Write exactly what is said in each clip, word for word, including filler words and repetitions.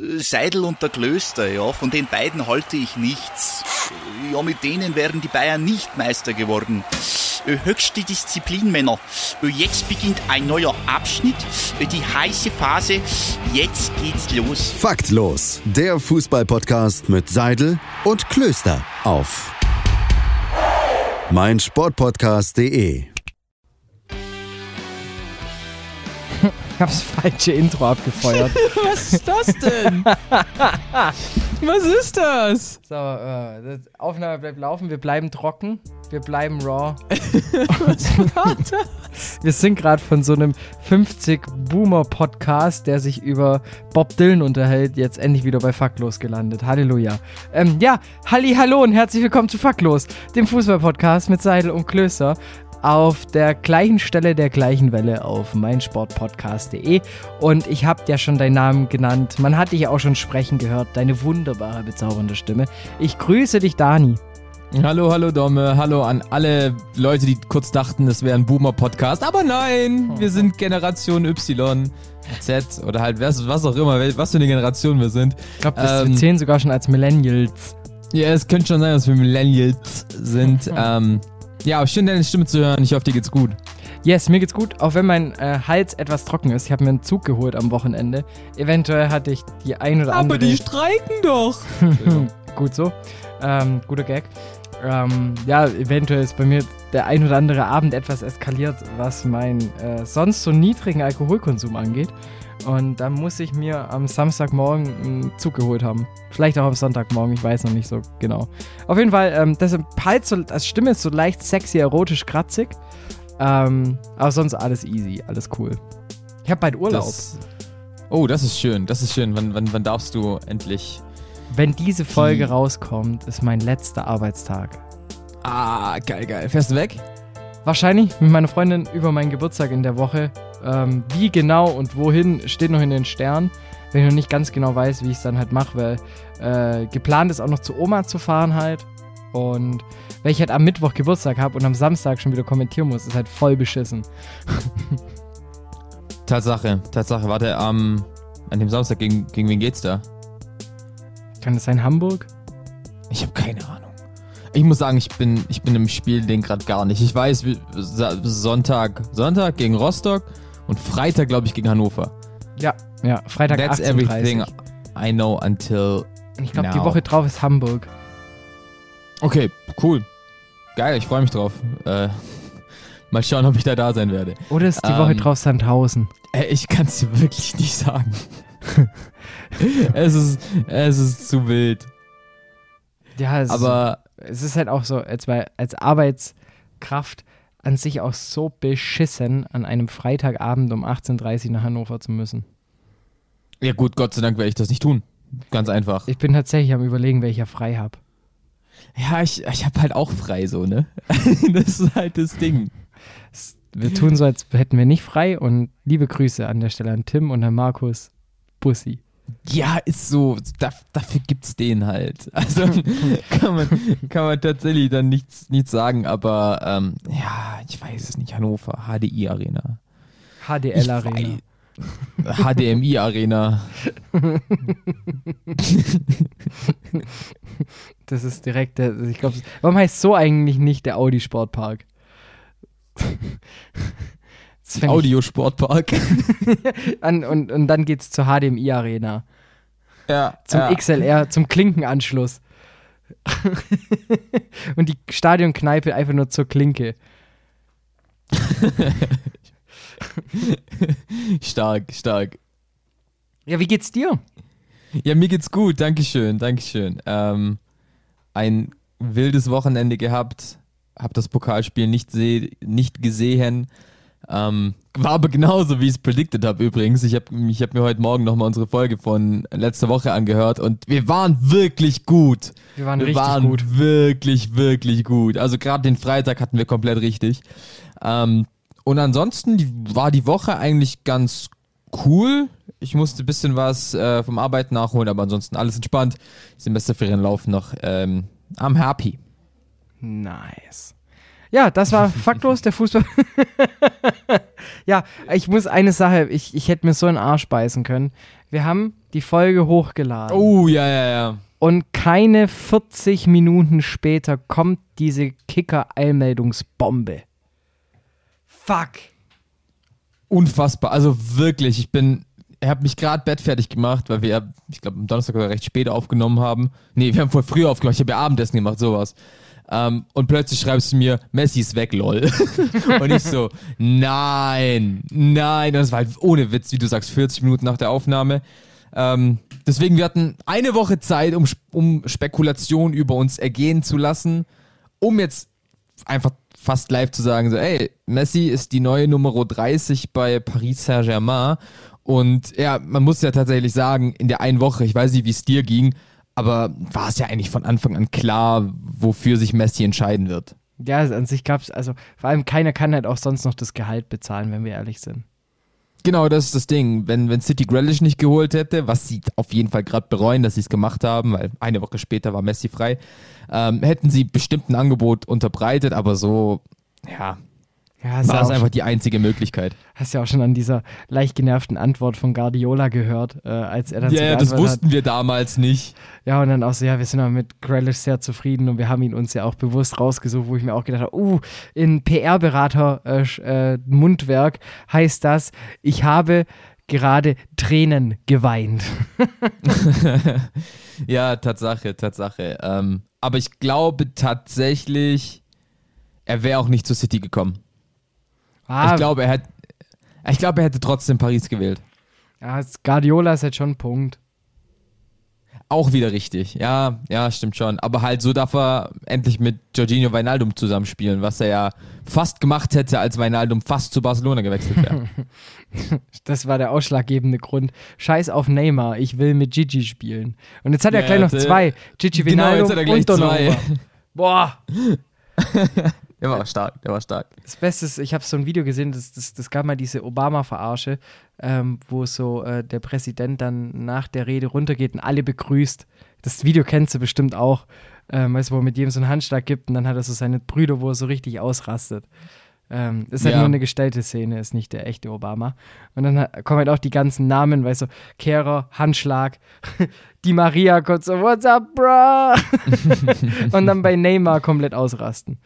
Seidel und der Klöster, ja, von den beiden halte ich nichts. Ja, mit denen wären die Bayern nicht Meister geworden. Höchste Disziplin, Männer. Jetzt beginnt ein neuer Abschnitt, die heiße Phase. Jetzt geht's los. Faktlos, der Fußball-Podcast mit Seidel und Klöster auf meinsportpodcast punkt de. Ich hab's falsche Intro abgefeuert. Was ist das denn? Was ist das? So, äh, das Aufnahme bleibt laufen, wir bleiben trocken, wir bleiben raw. Was war das? Wir sind gerade von so einem fünfzig-Boomer-Podcast, der sich über Bob Dylan unterhält, jetzt endlich wieder bei Faktlos gelandet. Halleluja. Ähm, ja, halli, hallo und herzlich willkommen zu Faktlos, dem Fußball-Podcast mit Seidel und Klöster. Auf der gleichen Stelle der gleichen Welle auf meinsportpodcast punkt de. Und ich hab ja schon deinen Namen genannt. Man hat dich auch schon sprechen gehört. Deine wunderbare, bezaubernde Stimme. Ich grüße dich, Dani. Hallo, hallo Domme. Hallo an alle Leute, die kurz dachten, das wäre ein Boomer-Podcast. Aber nein, wir sind Generation Y, Z oder halt was, was auch immer, was für eine Generation wir sind. Ich glaube, wir ähm, zählen sogar schon als Millennials. Ja, es könnte schon sein, dass wir Millennials sind. ähm... Ja, schön, deine Stimme zu hören. Ich hoffe, dir geht's gut. Yes, mir geht's gut, auch wenn mein äh, Hals etwas trocken ist. Ich habe mir einen Zug geholt am Wochenende. Eventuell hatte ich die ein oder andere... Aber die streiken doch. Gut so. Ähm, guter Gag. Ähm, ja, eventuell ist bei mir der ein oder andere Abend etwas eskaliert, was meinen äh, sonst so niedrigen Alkoholkonsum angeht. Und da muss ich mir am Samstagmorgen einen Zug geholt haben. Vielleicht auch am Sonntagmorgen, ich weiß noch nicht so genau. Auf jeden Fall, ähm, das Hals, so, das Stimme ist so leicht sexy, erotisch, kratzig. Ähm, aber sonst alles easy, alles cool. Ich habe bald Urlaub. Das, oh, das ist schön, das ist schön. Wann, wann, wann darfst du endlich... Wenn diese Folge Die. rauskommt, ist mein letzter Arbeitstag. Ah, geil, geil. Fährst du weg? Wahrscheinlich mit meiner Freundin über meinen Geburtstag in der Woche. Ähm, wie genau und wohin, steht noch in den Sternen. Wenn ich noch nicht ganz genau weiß, wie ich es dann halt mache, weil äh, geplant ist auch noch zu Oma zu fahren halt. Und wenn ich halt am Mittwoch Geburtstag habe und am Samstag schon wieder kommentieren muss, ist halt voll beschissen. Tatsache, Tatsache. Warte, ähm, an dem Samstag, gegen, gegen wen geht's da? Kann das sein, Hamburg? Ich habe keine Ahnung. Ich muss sagen, ich bin, ich bin im Spielding gerade gar nicht. Ich weiß, wie, Sonntag, Sonntag gegen Rostock und Freitag, glaube ich, gegen Hannover. Ja, ja, Freitag That's achtzehn Uhr everything dreißig. I know until Ich glaube, now. die Woche drauf ist Hamburg. Okay, cool. Geil, ich freue mich drauf. Äh, mal schauen, ob ich da da sein werde. Oder ist die Ähm, Woche drauf Sandhausen? Äh, ich kann es dir wirklich nicht sagen. es, ist, es ist zu wild. Ja, es Aber es ist halt auch so, als, als Arbeitskraft an sich auch so beschissen, an einem Freitagabend um achtzehn Uhr dreißig nach Hannover zu müssen. ja gut, Gott sei Dank werde ich das nicht tun. Ganz einfach. Ich bin tatsächlich am Überlegen, welcher frei habe. Ja, ich, ich habe halt auch frei so, ne? Das ist halt das Ding. Wir tun so, als hätten wir nicht frei und liebe Grüße an der Stelle an Tim und an Markus. Bussi. Ja, ist so. Da, dafür gibt's den halt. Also kann man, kann man tatsächlich dann nichts, nichts sagen, aber ähm, ja, ich weiß es nicht. Hannover, H D I Arena. H D L Arena. H D M I Arena. Das ist direkt der, ich glaube, warum heißt so eigentlich nicht der Audi Sportpark? Audiosportpark. An, und, und dann geht's zur H D M I Arena. Ja. Zum ja. X L R, zum Klinkenanschluss. Und die Stadionkneipe einfach nur zur Klinke. Stark, stark. Ja, wie geht's dir? Ja, mir geht's gut, dankeschön, dankeschön. Ähm, ein wildes Wochenende gehabt, hab das Pokalspiel nicht, seh, nicht gesehen. Ähm, war aber genauso, wie ich es predicted habe übrigens. Ich habe ich hab mir heute Morgen nochmal unsere Folge von letzter Woche angehört und wir waren wirklich gut. Wir waren wir richtig waren gut. wirklich, wirklich gut. Also gerade den Freitag hatten wir komplett richtig. Ähm, und ansonsten die, war die Woche eigentlich ganz cool. Ich musste ein bisschen was äh, vom Arbeiten nachholen, aber ansonsten alles entspannt. Die Semesterferien laufen noch. Ähm, I'm happy. Nice. Ja, das war faktlos, der Fußball. Ja, ich muss eine Sache, ich, ich hätte mir so einen Arsch beißen können. Wir haben die Folge hochgeladen. Oh, ja, ja, ja. Und keine vierzig Minuten später kommt diese Kicker-Eilmeldungsbombe. Fuck. Unfassbar. Also wirklich, ich bin, ich habe mich gerade bettfertig gemacht, weil wir, ich glaube, am Donnerstag oder recht spät aufgenommen haben. Nee, wir haben voll früh aufgenommen, ich habe ja Abendessen gemacht, sowas. Um, und plötzlich schreibst du mir, Messi ist weg, lol. Und ich so, nein, nein. Und das war halt ohne Witz, wie du sagst, vierzig Minuten nach der Aufnahme. Um, deswegen, wir hatten eine Woche Zeit, um, um Spekulationen über uns ergehen zu lassen, um jetzt einfach fast live zu sagen, so, ey, Messi ist die neue Nummer dreißig bei Paris Saint-Germain. Und ja, man muss ja tatsächlich sagen, in der einen Woche, ich weiß nicht, wie es dir ging, aber war es ja eigentlich von Anfang an klar, wofür sich Messi entscheiden wird. Ja, an sich gab es, also vor allem keiner kann halt auch sonst noch das Gehalt bezahlen, wenn wir ehrlich sind. Genau, das ist das Ding. Wenn, wenn City Grealish nicht geholt hätte, was sie auf jeden Fall gerade bereuen, dass sie es gemacht haben, weil eine Woche später war Messi frei, ähm, hätten sie bestimmt ein Angebot unterbreitet, aber so, ja, ja war es einfach schon, die einzige Möglichkeit. Hast ja auch schon an dieser leicht genervten Antwort von Guardiola gehört, äh, als er dann Ja, so ja, das geantwortet wussten hat. wir damals nicht. Ja, und dann auch so, ja, wir sind auch mit Grealish sehr zufrieden und wir haben ihn uns ja auch bewusst rausgesucht, wo ich mir auch gedacht habe, uh, in P R-Berater äh, äh, Mundwerk heißt das, ich habe gerade Tränen geweint. Ja, Tatsache, Tatsache. Ähm, aber ich glaube tatsächlich, er wäre auch nicht zu City gekommen. Ah, Ich glaube, er hätte, ich glaube, er hätte trotzdem Paris gewählt. ja, Guardiola ist jetzt schon ein Punkt. Auch wieder richtig. Ja, ja, stimmt schon. Aber halt so darf er endlich mit Jorginho Wijnaldum zusammenspielen, was er ja fast gemacht hätte, als Wijnaldum fast zu Barcelona gewechselt wäre. Das war der ausschlaggebende Grund. Scheiß auf Neymar, ich will mit Gigi spielen. Und jetzt hat er Ja, gleich noch hatte- zwei. Gigi Genau, Wijnaldum jetzt hat er gleich und Donnarumma. zwei. Boah. Der war stark, der war stark. Das Beste ist, ich habe so ein Video gesehen, das, das, das gab mal diese Obama-Verarsche, ähm, wo so äh, der Präsident dann nach der Rede runtergeht und alle begrüßt. Das Video kennst du bestimmt auch, ähm, weißt du, wo er mit jedem so einen Handschlag gibt und dann hat er so seine Brüder, wo er so richtig ausrastet. Ähm, ist halt Ja. nur eine gestellte Szene, ist nicht der echte Obama. Und dann ha- kommen halt auch die ganzen Namen, weißt du, Kehrer, Handschlag, die Maria kommt so, what's up, bro? Und dann bei Neymar komplett ausrasten.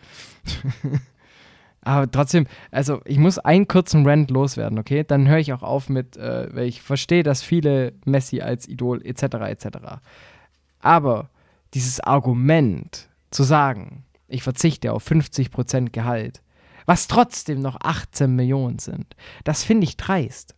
Aber trotzdem, also ich muss einen kurzen Rant loswerden, okay? Dann höre ich auch auf mit, äh, weil ich verstehe, dass viele Messi als Idol et cetera et cetera. Aber dieses Argument zu sagen, ich verzichte auf fünfzig Prozent Gehalt, was trotzdem noch achtzehn Millionen sind, das finde ich dreist.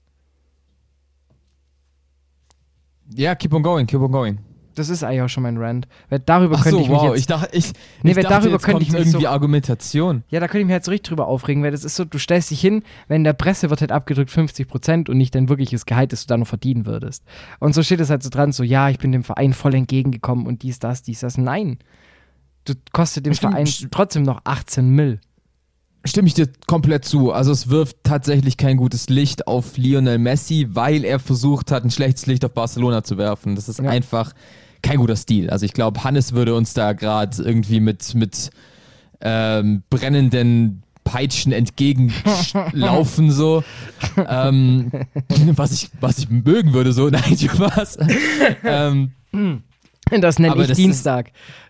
Ja, keep on going, keep on going. Das ist eigentlich auch schon mein Rant. Weil darüber Ach könnte so, ich mich wow, jetzt... ich dachte, ich, Nee, ich weil dachte, darüber jetzt könnte kommt ich mich irgendwie so- Argumentation. Ja, da könnte ich mich halt so richtig drüber aufregen, weil das ist so, du stellst dich hin, wenn in der Presse wird halt abgedrückt fünfzig Prozent und nicht dein wirkliches Gehalt, das du da noch verdienen würdest. Und so steht es halt so dran, so, ja, ich bin dem Verein voll entgegengekommen und dies, das, dies, das. Nein. Du kostet dem Stimmt, Verein st- trotzdem noch achtzehn Mill. Stimme ich dir komplett zu. Also es wirft tatsächlich kein gutes Licht auf Lionel Messi, weil er versucht hat, ein schlechtes Licht auf Barcelona zu werfen. Das ist Ja. einfach kein guter Stil. Also ich glaube, Hannes würde uns da gerade irgendwie mit, mit ähm, brennenden Peitschen entgegenlaufen so. ähm, was, ich, was ich mögen würde so. Nein, Spaß. ähm, Das nenne Aber ich das Dienstag.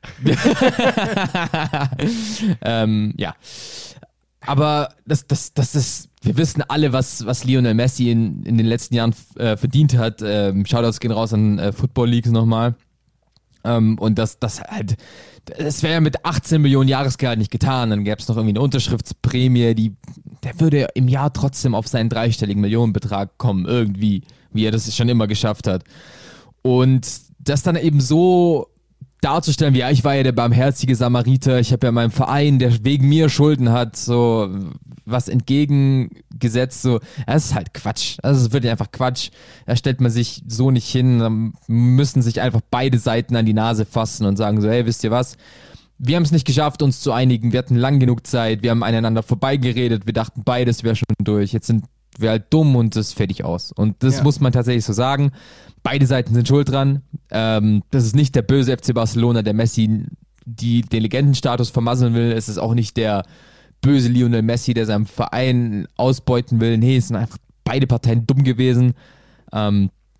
ähm, ja. Aber das, das, das ist, wir wissen alle, was, was Lionel Messi in, in den letzten Jahren äh, verdient hat. Ähm, Shoutouts gehen raus an äh, Football Leagues nochmal. Ähm, und das, das halt, das wäre ja mit achtzehn Millionen Jahresgehalt nicht getan. Dann gäbe es noch irgendwie eine Unterschriftsprämie, die, der würde im Jahr trotzdem auf seinen dreistelligen Millionenbetrag kommen, irgendwie, wie er das schon immer geschafft hat. Und das dann eben so darzustellen, wie ja, ich war ja der barmherzige Samariter, ich habe ja meinem Verein, der wegen mir Schulden hat, so was entgegengesetzt, so, das ist halt Quatsch. Also es ist wirklich einfach Quatsch. Da stellt man sich so nicht hin, dann müssen sich einfach beide Seiten an die Nase fassen und sagen so, hey, wisst ihr was? Wir haben es nicht geschafft, uns zu einigen, wir hatten lang genug Zeit, wir haben aneinander vorbeigeredet, wir dachten beides wäre schon durch, jetzt sind wir halt dumm und das ist fertig aus. Und das Ja. muss man tatsächlich so sagen. Beide Seiten sind schuld dran. Ähm, das ist nicht der böse F C Barcelona, der Messi die, den Legendenstatus vermasseln will. Es ist auch nicht der böse Lionel Messi, der seinem Verein ausbeuten will. Nee, es sind einfach beide Parteien dumm gewesen. Ähm,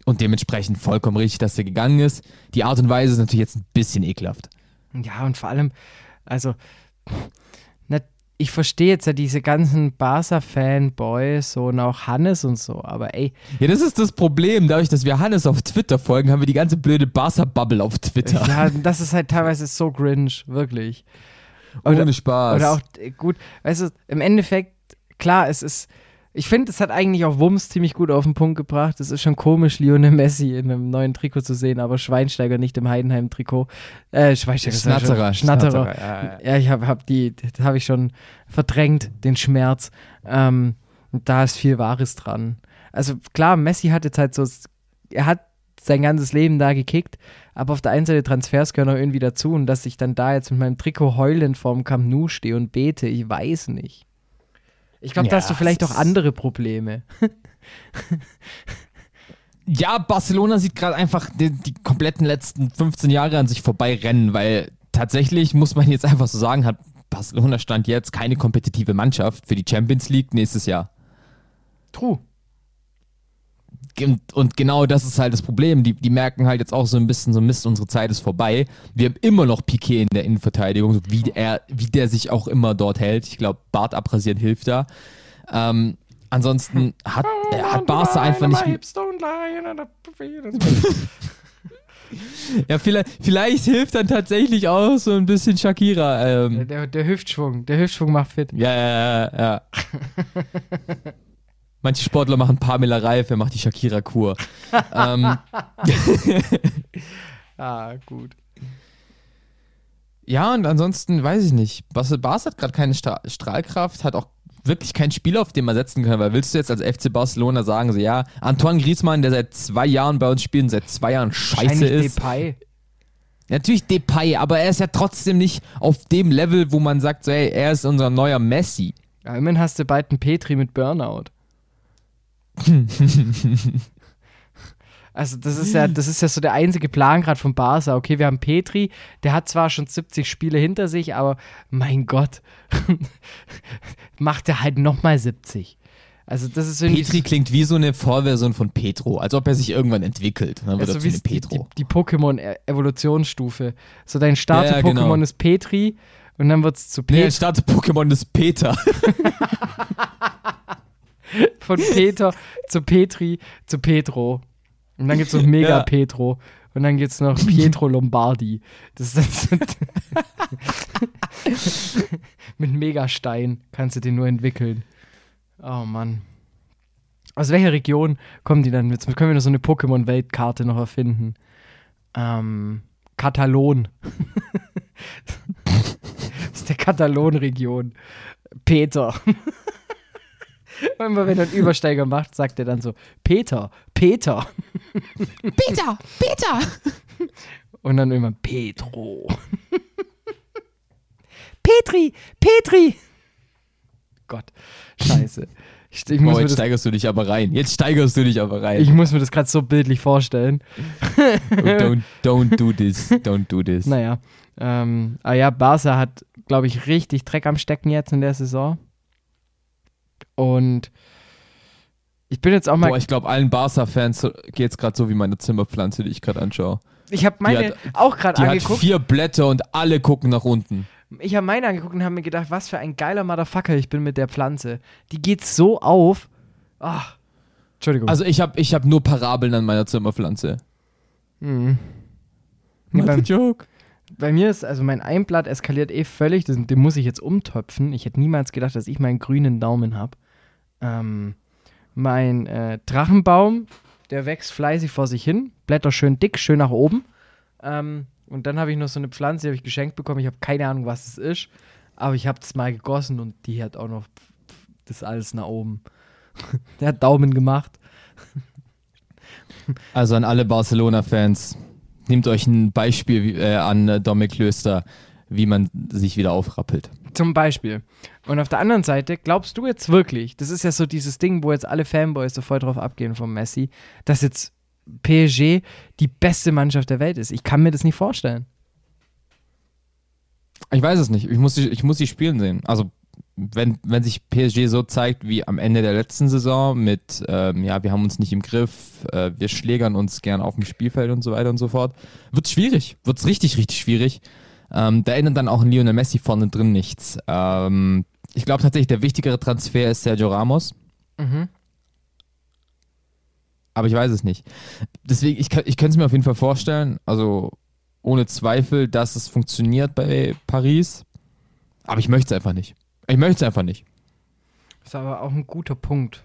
und dementsprechend vollkommen richtig, dass er gegangen ist. Die Art und Weise ist natürlich jetzt ein bisschen ekelhaft. Ja, und vor allem, also, na, ich verstehe jetzt ja diese ganzen Barca-Fanboys so und auch Hannes und so, aber ey. Ja, das ist das Problem. Dadurch, dass wir Hannes auf Twitter folgen, haben wir die ganze blöde Barca-Bubble auf Twitter. Ja, das ist halt teilweise so cringe, wirklich. Oder, Ohne Spaß. Oder auch, gut, weißt du, im Endeffekt, klar, es ist, ich finde, es hat eigentlich auch Wumms ziemlich gut auf den Punkt gebracht. Es ist schon komisch, Lionel Messi in einem neuen Trikot zu sehen, aber Schweinsteiger nicht im Heidenheim-Trikot. Äh, Schweinsteiger. Schnatterer. Schnatterer. Schnatterer. Ja, ja. ja, ich habe hab die, das habe ich schon verdrängt, den Schmerz. Ähm, und da ist viel Wahres dran. Also klar, Messi hat jetzt halt so, er hat sein ganzes Leben da gekickt, aber auf der einen Seite Transfers gehören auch irgendwie dazu und dass ich dann da jetzt mit meinem Trikot heulend vorm Camp Nou stehe und bete, ich weiß nicht. Ich glaube, Ja, da hast du vielleicht es auch andere Probleme. Ja, Barcelona sieht gerade einfach die, die kompletten letzten fünfzehn Jahre an sich vorbei rennen, weil tatsächlich, muss man jetzt einfach so sagen, hat Barcelona Stand jetzt keine kompetitive Mannschaft für die Champions League nächstes Jahr. True. Und, und genau das ist halt das Problem. Die, die merken halt jetzt auch so ein bisschen, so Mist, unsere Zeit ist vorbei. Wir haben immer noch Piqué in der Innenverteidigung, so wie, er, wie der sich auch immer dort hält. Ich glaube, Bart abrasieren hilft da. Ähm, ansonsten hat, äh, hat Barca einfach nicht... Ja, vielleicht, vielleicht hilft dann tatsächlich auch so ein bisschen Shakira. Ähm. Der, der Hüftschwung, der Hüftschwung macht fit. Ja, ja, ja, ja. Manche Sportler machen Pamela Reif, er macht die Shakira-Kur. ähm. Ah, gut. Ja, und ansonsten weiß ich nicht. Barca hat gerade keine Stra- Strahlkraft, hat auch wirklich keinen Spieler, auf den man setzen kann. Weil willst du jetzt als F C Barcelona sagen, so ja, Antoine Griezmann, der seit zwei Jahren bei uns spielt und seit zwei Jahren scheiße ist. Depay. Natürlich Depay, aber er ist ja trotzdem nicht auf dem Level, wo man sagt, so, ey, er ist unser neuer Messi. Ja, immerhin hast du bald einen Petri mit Burnout. Also das ist ja, das ist ja so der einzige Plan gerade von Barca. Okay, wir haben Petri, der hat zwar schon siebzig Spiele hinter sich, aber mein Gott, macht er halt nochmal siebzig. Also das ist irgendwie Petri klingt wie so eine Vorversion von Petro, als ob er sich irgendwann entwickelt. Dann wird ja, er so zu wie einem die, Petro. die, die Pokémon-Evolutionsstufe. So dein Starter-Pokémon ja, genau. ist Petri und dann wird es zu Nee, Petri. der Starter-Pokémon ist Peter. Von Peter zu Petri zu Petro. Und dann gibt es noch Mega Ja. Petro. Und dann gibt es noch Pietro Lombardi. Das ist das mit Megastein kannst du den nur entwickeln. Oh Mann. Aus welcher Region kommen die dann? Jetzt können wir noch so eine Pokémon-Weltkarte noch erfinden. Ähm, Katalon. Das ist der Katalon-Region. Peter. Und immer wenn er einen Übersteiger macht, sagt er dann so, Peter, Peter. Peter, Peter. Und dann immer Petro. Petri, Petri. Gott, scheiße. Ich, ich, muss Oh, mir jetzt das, steigerst du dich aber rein. Jetzt steigerst du dich aber rein. ich muss mir das gerade so bildlich vorstellen. Oh, don't, don't do this. Don't do this. Naja, ähm, aber ja, Barca hat, glaube ich, richtig Dreck am Stecken jetzt in der Saison. Und ich bin jetzt auch mal... Boah, ich glaube, allen Barca-Fans geht es gerade so wie meine Zimmerpflanze, die ich gerade anschaue. Ich habe meine hat- auch gerade Die hat angeguckt. vier Blätter und alle gucken nach unten. Ich habe meine angeguckt und habe mir gedacht, was für ein geiler Motherfucker ich bin mit der Pflanze. Die geht so auf. Ach, Entschuldigung. Also ich habe ich hab nur Parabeln an meiner Zimmerpflanze. Mhm. Nee, What a beim, joke. bei mir ist, also mein Einblatt eskaliert eh völlig. Das, den muss ich jetzt umtöpfen. Ich hätte niemals gedacht, dass ich meinen grünen Daumen habe. Ähm, mein äh, Drachenbaum, der wächst fleißig vor sich hin. Blätter schön dick, schön nach oben. Ähm, und dann habe ich noch so eine Pflanze, die habe ich geschenkt bekommen. Ich habe keine Ahnung, was es ist. Aber ich habe es mal gegossen und die hat auch noch das alles nach oben. Der hat Daumen gemacht. Also an alle Barcelona-Fans, nehmt euch ein Beispiel wie, äh, an äh, Dominik Klöster, wie man sich wieder aufrappelt. Zum Beispiel. Und auf der anderen Seite, glaubst du jetzt wirklich, das ist ja so dieses Ding, wo jetzt alle Fanboys so voll drauf abgehen von Messi, dass jetzt P S G die beste Mannschaft der Welt ist? Ich kann mir das nicht vorstellen. Ich weiß es nicht. Ich muss die, ich muss die spielen sehen. Also wenn, wenn sich P S G so zeigt wie am Ende der letzten Saison mit, ähm, ja, wir haben uns nicht im Griff, äh, wir schlägern uns gern auf dem Spielfeld und so weiter und so fort, wird's schwierig, wird's richtig, richtig schwierig. Ähm, da ändert dann auch ein Lionel Messi vorne drin nichts. Ähm, ich glaube tatsächlich, der wichtigere Transfer ist Sergio Ramos. Mhm. Aber ich weiß es nicht. Deswegen, ich, ich könnte es mir auf jeden Fall vorstellen, also ohne Zweifel, dass es funktioniert bei Paris. Aber ich möchte es einfach nicht. Ich möchte es einfach nicht. Das ist aber auch ein guter Punkt.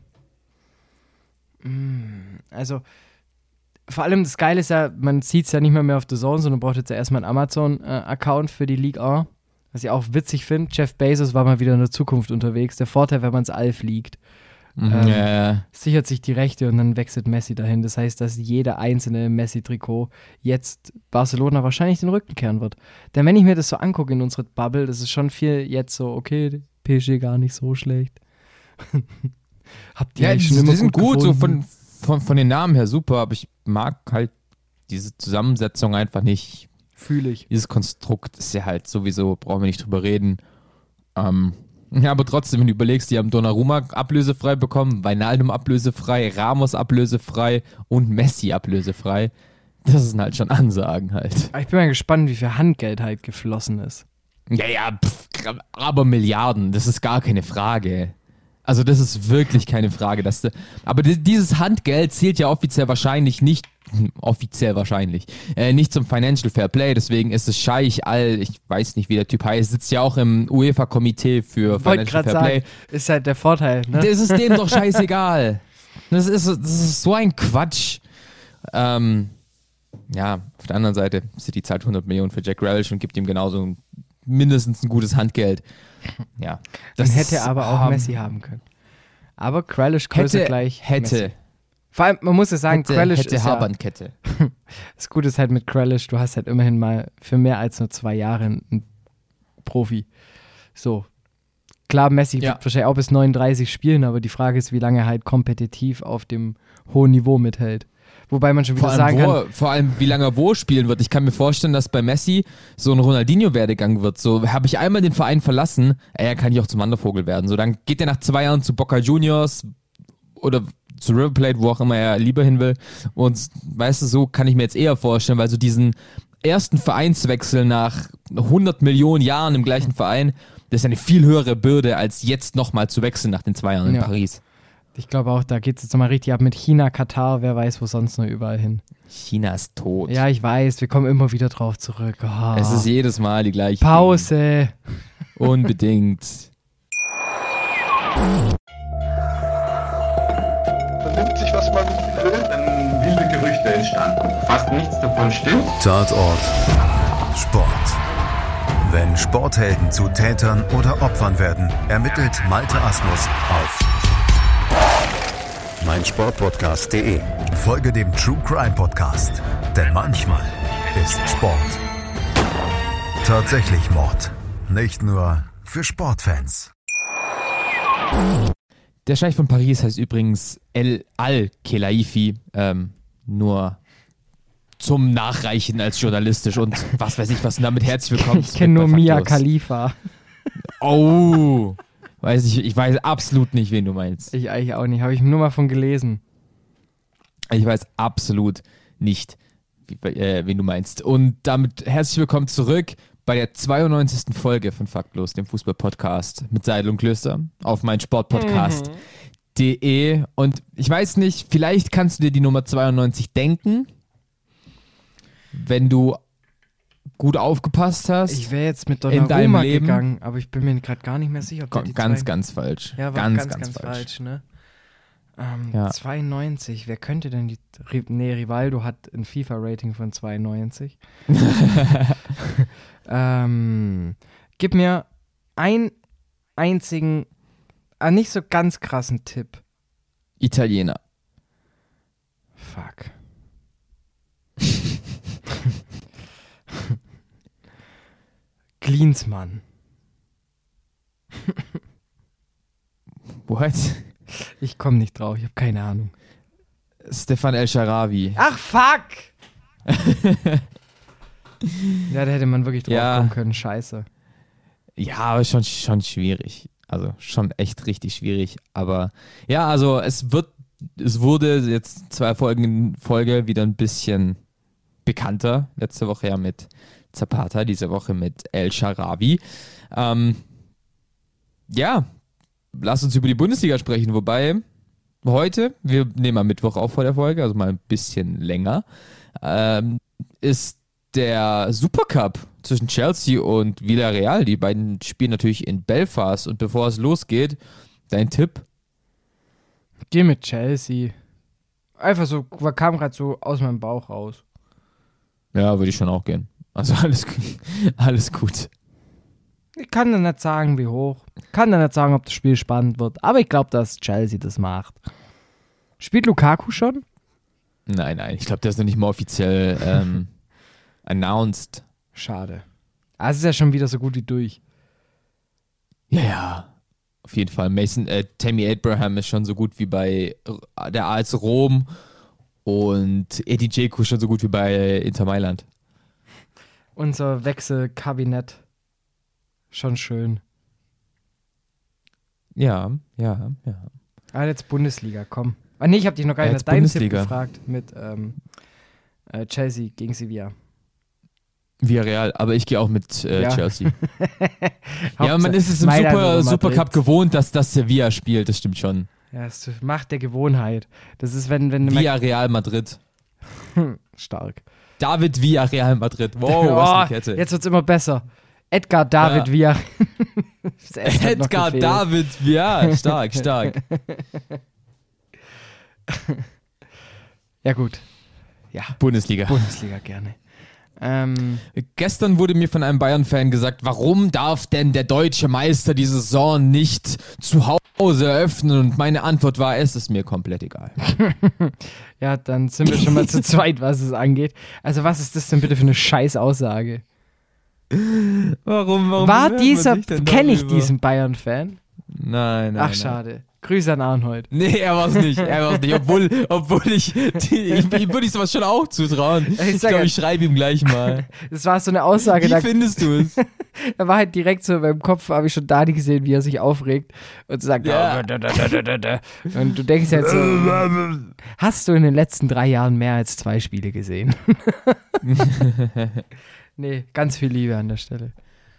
Also, vor allem das Geile ist ja, man sieht es ja nicht mehr, mehr auf The Zone, sondern braucht jetzt ja erstmal einen Amazon-Account für die Ligue eins. Was ich auch witzig finde. Jeff Bezos war mal wieder in der Zukunft unterwegs. Der Vorteil, wenn man ins All fliegt. Mhm. Ähm, Ja, ja. sichert sich die Rechte und dann wechselt Messi dahin. Das heißt, dass jeder einzelne Messi-Trikot jetzt Barcelona wahrscheinlich den Rücken kehren wird. Denn wenn ich mir das so angucke in unserer Bubble, das ist schon viel jetzt so, okay, P S G gar nicht so schlecht. Habt ihr Ja, eigentlich die, schon immer die sind gut, so gefunden? von, von, von den Namen her super, aber ich mag halt diese Zusammensetzung einfach nicht. Fühle ich. Dieses Konstrukt ist ja halt sowieso, brauchen wir nicht drüber reden. Ähm, ja, aber trotzdem, wenn du überlegst, die haben Donnarumma ablösefrei bekommen, Wijnaldum ablösefrei, Ramos ablösefrei und Messi ablösefrei. Das sind halt schon Ansagen halt. Aber ich bin mal gespannt, wie viel Handgeld halt geflossen ist. Ja, ja, pff, aber Milliarden, das ist gar keine Frage. Also das ist wirklich keine Frage. Dass du, aber di- dieses Handgeld zählt ja offiziell wahrscheinlich nicht, offiziell wahrscheinlich, äh, nicht zum Financial Fair Play, deswegen ist es Scheich Al, ich weiß nicht, wie der Typ heißt, sitzt ja auch im UEFA-Komitee für Wollte Financial gerade Fair Play. sagen, ist halt der Vorteil, ne? Das ist dem doch scheißegal. Das ist, das ist so ein Quatsch. Ähm, ja, auf der anderen Seite, City zahlt hundert Millionen für Jack Grealish und gibt ihm genauso ein, mindestens ein gutes Handgeld. Ja, Man das hätte ist, aber auch ähm, Messi haben können. Aber Grealish größer Hätte, gleich hätte, Messi. Vor allem, man muss ja sagen, hätte, Grealish hätte ist ja, Habernkette. das Gute ist halt mit Grealish, du hast halt immerhin mal für mehr als nur zwei Jahre einen Profi. So. Klar, Messi Ja. wird wahrscheinlich auch bis neununddreißig spielen, aber die Frage ist, wie lange er halt kompetitiv auf dem hohen Niveau mithält. Wobei man schon wieder Vor allem, sagen wo, kann, vor allem, wie lange er wo spielen wird. Ich kann mir vorstellen, dass bei Messi so ein Ronaldinho-Werdegang wird. So, habe ich einmal den Verein verlassen, ey, kann ich auch zum Wandervogel werden. So, dann geht er nach zwei Jahren zu Boca Juniors oder zu River Plate, wo auch immer er lieber hin will. Und weißt du, so kann ich mir jetzt eher vorstellen, weil so diesen ersten Vereinswechsel nach hundert Millionen Jahren im gleichen Verein, das ist eine viel höhere Bürde, als jetzt nochmal zu wechseln nach den zwei Jahren in Ja. Paris. ich glaube auch, da geht es jetzt nochmal richtig ab mit China, Katar, wer weiß, wo sonst noch überall hin. China ist tot. Ja, ich weiß, wir kommen immer wieder drauf zurück. Oh. Es ist jedes Mal die gleiche. Pause. Unbedingt. Vernimmt sich, was man will, dann wilde Gerüchte entstanden. Fast nichts davon stimmt. Tatort Sport. Wenn Sporthelden zu Tätern oder Opfern werden, ermittelt Malte Asmus auf meinsportpodcast punkt de. Folge dem True Crime Podcast, denn manchmal ist Sport tatsächlich Mord. Nicht nur für Sportfans. Der Scheich von Paris heißt übrigens El Al-Khelaifi, ähm, nur zum Nachreichen als journalistisch und was weiß ich was. Und damit herzlich willkommen. Ich kenne nur zurück bei Mia Faktlos. Khalifa. Oh, weiß ich, ich weiß absolut nicht, wen du meinst. Ich eigentlich auch nicht, habe ich nur mal von gelesen. Ich weiß absolut nicht, wie, äh, wen du meinst. Und damit herzlich willkommen zurück bei der zweiundneunzigsten Folge von Faktlos, dem Fußball-Podcast mit Seidel und Klöster auf meinsportpodcast punkt de. Und ich weiß nicht, vielleicht kannst du dir die Nummer zweiundneunzig denken, wenn du gut aufgepasst hast. Ich wäre jetzt mit In deinem Donnarumma Leben? gegangen, aber ich bin mir gerade gar nicht mehr sicher, ob der die ganz, zwei... ganz falsch. Ja, war ganz, ganz, ganz, ganz, falsch. falsch, ne? Ähm, Ja. zweiundneunzig, wer könnte denn die... Ri- Nee, Rivaldo hat ein FIFA-Rating von zweiundneunzig. ähm, gib mir einen einzigen, ah, nicht so ganz krassen Tipp. Italiener. Fuck. Klinsmann. What? Ich komme nicht drauf, ich habe keine Ahnung. Stefan El Sharawi. Ach, fuck! Ja, da hätte man wirklich drauf Ja. kommen können, scheiße. Ja, aber schon, schon schwierig. Also schon echt richtig schwierig. Aber ja, also es wird, es wurde jetzt zwei Folgen in Folge wieder ein bisschen bekannter. Letzte Woche ja mit Zapata, diese Woche mit El Shaarawy. Ähm, ja, lass uns über die Bundesliga sprechen, wobei heute, wir nehmen am Mittwoch auf vor der Folge, also mal ein bisschen länger, ähm, ist der Supercup zwischen Chelsea und Villarreal. Die beiden spielen natürlich in Belfast und bevor es losgeht, dein Tipp? Geh mit Chelsea. Einfach so, kam gerade so aus meinem Bauch raus. Ja, würde ich schon auch gehen. Also alles, alles gut. Ich kann dir nicht sagen, wie hoch. Ich kann dir nicht sagen, ob das Spiel spannend wird. Aber ich glaube, dass Chelsea das macht. Spielt Lukaku schon? Nein, nein. Ich glaube, der ist noch nicht mal offiziell ähm, announced. Schade. Also es ist ja schon wieder so gut wie durch. Ja, ja. Auf jeden Fall. Mason, äh, Tammy Abraham ist schon so gut wie bei der A S Rom und Eddie Dzeko schon so gut wie bei Inter Mailand. Unser Wechselkabinett. Schon schön. Ja, ja, ja. Ah, jetzt Bundesliga, komm. Ah, nee, ich habe dich noch gar nicht Ja, nach deinem Tipp Bundesliga. gefragt mit ähm, äh, Chelsea gegen Sevilla. Villarreal, aber ich gehe auch mit äh, Ja. Chelsea. Ja, man ist es im Mailand Super, oder Supercup Madrid. gewohnt, dass das Sevilla spielt, das stimmt schon. Ja, es ist Macht der Gewohnheit. Das ist, wenn, wenn Villarreal Madrid. stark. David Villarreal Madrid. Wow, was eine Kette. Jetzt wird's immer besser. Edgar David Ja. Villa. Das S hat noch Edgar gefehlt. David, ja, stark, stark. Ja gut. Ja, Bundesliga. Bundesliga gerne. Ähm, Gestern wurde mir von einem Bayern-Fan gesagt, warum darf denn der deutsche Meister die Saison nicht zu Hause eröffnen? Und meine Antwort war, es ist mir komplett egal. ja, dann sind wir schon mal zu zweit, was es angeht. Also was ist das denn bitte für eine Scheißaussage? Warum, warum? War beschwert man dieser, sich denn kenne ich darüber? diesen Bayern-Fan? Nein, nein. Ach, nein. schade. Grüße an Arnhold. Nee, er war's nicht. Er war's nicht. Obwohl, obwohl ich, die, ich, ihm würde ich sowas schon auch zutrauen. Ich Ich sag glaube, ja- ich schreibe ihm gleich mal. Das war so eine Aussage, Wie da, findest du es? da war halt direkt so in meinem Kopf, habe ich schon Dani gesehen, wie er sich aufregt und sagt, Ja. "Oh, da, da, da, da, da, da." Und du denkst jetzt so, hast du in den letzten drei Jahren mehr als zwei Spiele gesehen? Nee, ganz viel Liebe an der Stelle.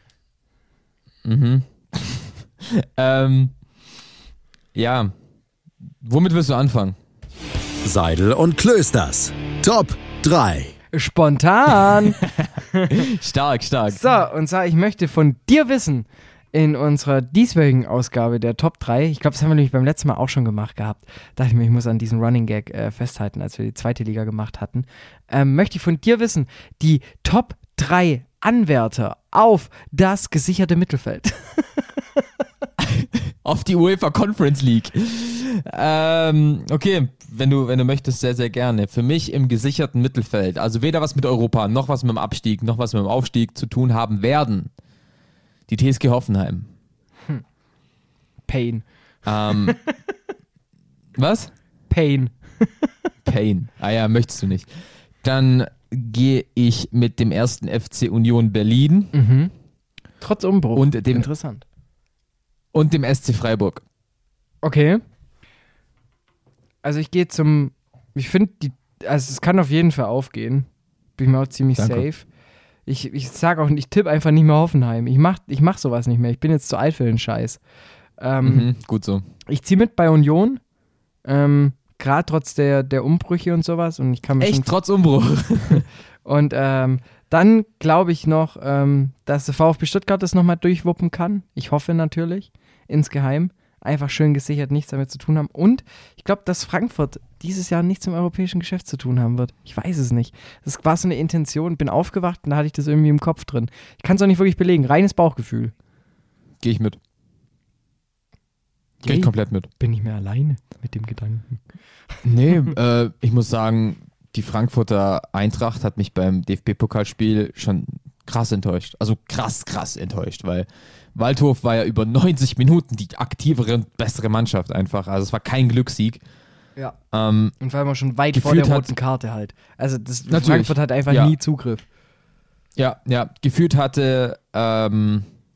Mhm. ähm, ja. Womit willst du anfangen? Seidel und Klösters. Top drei. Spontan! Stark, stark. So, und zwar, ich möchte von dir wissen, in unserer dieswöchigen Ausgabe der Top drei, ich glaube, das haben wir nämlich beim letzten Mal auch schon gemacht gehabt, dachte ich mir, ich muss an diesen Running Gag äh, festhalten, als wir die zweite Liga gemacht hatten, ähm, möchte ich von dir wissen, die Top drei Anwärter auf das gesicherte Mittelfeld. Auf die UEFA Conference League. Ähm, okay, wenn du, wenn du möchtest, sehr, sehr gerne. Für mich im gesicherten Mittelfeld, also weder was mit Europa, noch was mit dem Abstieg, noch was mit dem Aufstieg zu tun haben werden, die T S G Hoffenheim. Pain. Ähm, was? Pain. Pain. Ah ja, möchtest du nicht. Dann gehe ich mit dem ersten F C Union Berlin Mhm. Trotz Umbruch. Und dem- Interessant. und dem S C Freiburg. Okay. Also ich gehe zum, ich finde, die, also es kann auf jeden Fall aufgehen. Bin ich mir auch ziemlich Danke. safe. Ich, ich sag auch, ich tippe einfach nicht mehr Hoffenheim. Ich mach, ich mach sowas nicht mehr. Ich bin jetzt zu alt für den Scheiß. Ähm, Mhm, gut so. Ich ziehe mit bei Union. Ähm, Gerade trotz der, der Umbrüche und sowas. Und ich kann mir Echt, schon trotz Umbruch. Und ähm, dann glaube ich noch, ähm, dass der VfB Stuttgart das nochmal durchwuppen kann. Ich hoffe natürlich, insgeheim. Einfach schön gesichert, nichts damit zu tun haben. Und ich glaube, dass Frankfurt dieses Jahr nichts im europäischen Geschäft zu tun haben wird. Ich weiß es nicht. Das war so eine Intention. Bin aufgewacht und da hatte ich das irgendwie im Kopf drin. Ich kann es auch nicht wirklich belegen. Reines Bauchgefühl. Gehe ich mit. Gehe Yay. ich komplett mit. Bin ich mehr alleine mit dem Gedanken. Nee, äh, ich muss sagen, die Frankfurter Eintracht hat mich beim D F B-Pokalspiel schon krass enttäuscht. Also krass, krass enttäuscht, weil Waldhof war ja über neunzig Minuten die aktivere und bessere Mannschaft einfach. Also es war kein Glückssieg. Ja. Ähm, Und vor allem auch schon weit vor Gefühlt der hat- roten Karte halt. Also das, Natürlich. Frankfurt hat einfach Ja. nie Zugriff. ja, ja, gefühlt hatte ähm,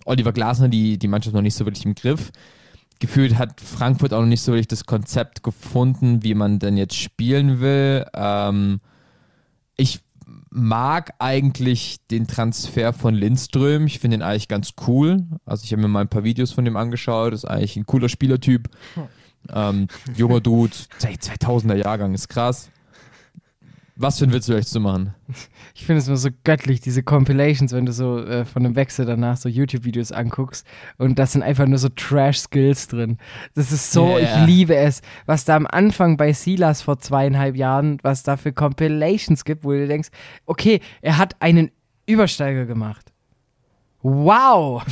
Oliver Glasner die, die Mannschaft noch nicht so wirklich im Griff. Gefühlt hat Frankfurt auch noch nicht so wirklich das Konzept gefunden, wie man denn jetzt spielen will. Ähm, ich mag eigentlich den Transfer von Lindström. Ich finde ihn eigentlich ganz cool. Also ich habe mir mal ein paar Videos von dem angeschaut. Das ist eigentlich ein cooler Spielertyp. Ähm, junger Dude, zweitausender Jahrgang, ist krass. Was für ein Witz will ich zu machen? Ich finde es nur so göttlich, diese Compilations, wenn du so äh, von einem Wechsel danach so YouTube-Videos anguckst und das sind einfach nur so Trash-Skills drin. Das ist so, Yeah. ich liebe es, was da am Anfang bei Silas vor zweieinhalb Jahren, was da für Compilations gibt, wo du denkst, okay, er hat einen Übersteiger gemacht. Wow!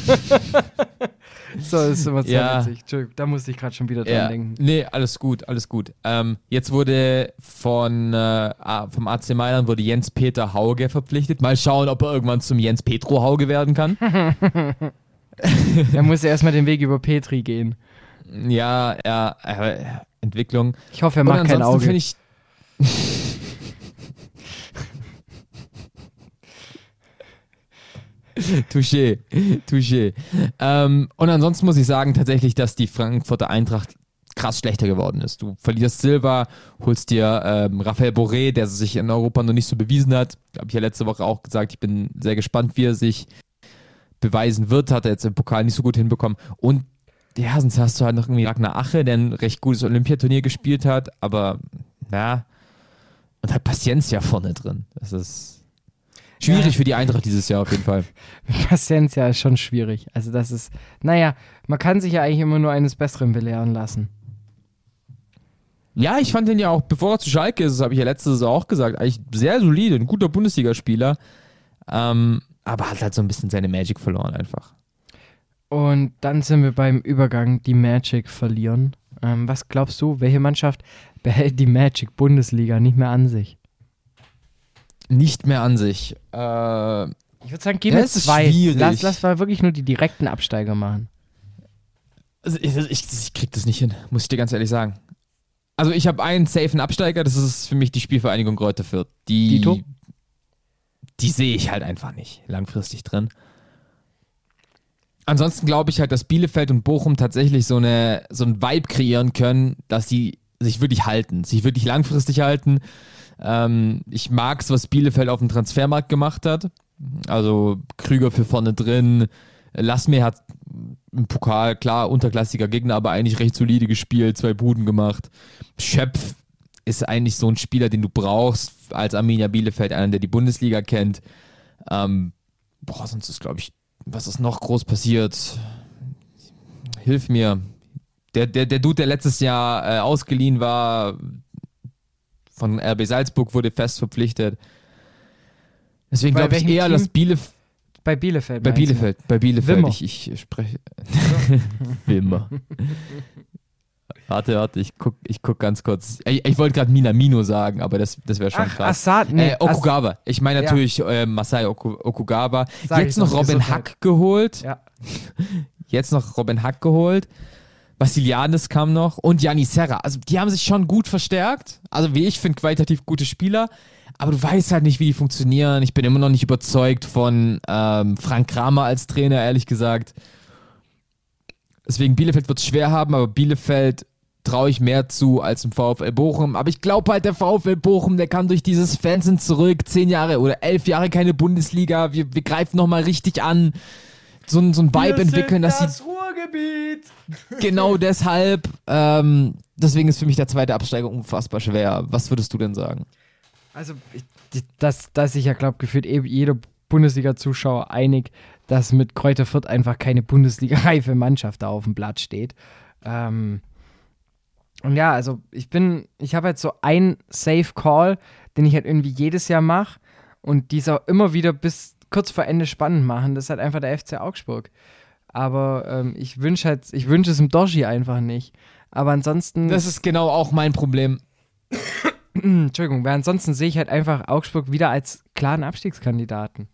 So, das ist immer so Ja. witzig. Entschuldigung, da musste ich gerade schon wieder dran Ja, denken. nee, alles gut, alles gut. Ähm, jetzt wurde von äh, A- vom A C Mailand wurde Jens-Peter Hauge verpflichtet. Mal schauen, ob er irgendwann zum Jens-Petro Hauge werden kann. Er muss ja erstmal den Weg über Petri gehen. Ja, ja, äh, Entwicklung. Ich hoffe, er Und macht kein ansonsten Auge. finde ich Touché, touché. Ähm, und ansonsten muss ich sagen tatsächlich, dass die Frankfurter Eintracht krass schlechter geworden ist. Du verlierst Silva, holst dir ähm, Raphael Borré, der sich in Europa noch nicht so bewiesen hat. Habe ich ja letzte Woche auch gesagt, ich bin sehr gespannt, wie er sich beweisen wird. Hat er jetzt im Pokal nicht so gut hinbekommen. Und ja, sonst hast du halt noch irgendwie Ragnar Ache, der ein recht gutes Olympiaturnier gespielt hat, aber ja, und halt Paciencia vorne drin. Das ist schwierig Ja. für die Eintracht dieses Jahr auf jeden Fall. Paciencia ist schon schwierig. Also das ist, naja, man kann sich ja eigentlich immer nur eines Besseren belehren lassen. Ja, ich fand den ja auch, bevor er zu Schalke ist, das habe ich ja letzte Saison auch gesagt, eigentlich sehr solide, ein guter Bundesligaspieler, ähm, aber hat halt so ein bisschen seine Magic verloren einfach. Und dann sind wir beim Übergang, die Magic verlieren. Ähm, was glaubst du, welche Mannschaft behält die Magic Bundesliga nicht mehr an sich? Nicht mehr an sich. Äh, Ich würde sagen, geh Ja, mit es ist zwei. schwierig. Lass, lass mal wirklich nur die direkten Absteiger machen. also ich, ich, ich krieg das nicht hin, muss ich dir ganz ehrlich sagen. Also ich habe einen safen Absteiger, das ist für mich die Spielvereinigung Greuther Fürth. Die, Dito? die sehe ich halt einfach nicht langfristig drin. Ansonsten glaube ich halt, dass Bielefeld und Bochum tatsächlich so, eine, so einen Vibe kreieren können, dass sie sich wirklich halten, sich wirklich langfristig halten. Ähm, ich mag es, was Bielefeld auf dem Transfermarkt gemacht hat. Also Krüger für vorne drin, Lassme hat im Pokal, klar, unterklassiger Gegner, aber eigentlich recht solide gespielt, zwei Buden gemacht. Schöpf ist eigentlich so ein Spieler, den du brauchst, als Arminia Bielefeld, einer, der die Bundesliga kennt. Ähm, boah, sonst ist, glaube ich, was ist noch groß passiert? Hilf mir. Der, der, der Dude, der letztes Jahr äh, ausgeliehen war, von R B Salzburg, wurde fest verpflichtet. Deswegen Bei glaube ich welchem eher, Team? dass Bielefeld. Bei Bielefeld. Bei meinst du? Bielefeld, bei Bielefeld. Wimmer. Ich, ich spreche. Wimmer. Warte, warte, ich guck, ich guck ganz kurz. Ich, ich wollte gerade Minamino sagen, aber das, das wäre schon Ach, krass. Assad, nee. äh, Okugawa. Ich meine Ja. natürlich äh, Masai Oku, Okugawa. Sag Jetzt ich noch doch, Robin Gesundheit. Hack geholt. Ja. Jetzt noch Robin Hack geholt. Vassiliadis kam noch und Gianni Serra. Also die haben sich schon gut verstärkt. Also wie ich finde, qualitativ gute Spieler. Aber du weißt halt nicht, wie die funktionieren. Ich bin immer noch nicht überzeugt von ähm, Frank Kramer als Trainer, ehrlich gesagt. Deswegen Bielefeld wird es schwer haben, aber Bielefeld traue ich mehr zu als im VfL Bochum. Aber ich glaube halt, der VfL Bochum, der kann durch dieses Fernsehen zurück, zehn Jahre oder elf Jahre keine Bundesliga. Wir, wir greifen nochmal richtig an. So, ein- so ein Vibe entwickeln, dass sie Ruhrgebiet. genau deshalb, ähm, deswegen ist für mich der zweite Absteiger unfassbar schwer. Was würdest du denn sagen? Also, ich, die- dass, dass sich ja, glaube gefühlt eh jeder Bundesliga-Zuschauer einig, dass mit Greuther Fürth einfach keine Bundesliga-reife Mannschaft da auf dem Blatt steht. Ähm, und ja, also ich bin, ich habe halt so einen Safe Call, den ich halt irgendwie jedes Jahr mache und die es auch immer wieder bis kurz vor Ende spannend machen. Das ist halt einfach der F C Augsburg. Aber ähm, ich wünsche halt, ich wünsche es im Doshi einfach nicht. Aber ansonsten. Das ist genau auch mein Problem. Entschuldigung, weil ansonsten sehe ich halt einfach Augsburg wieder als klaren Abstiegskandidaten.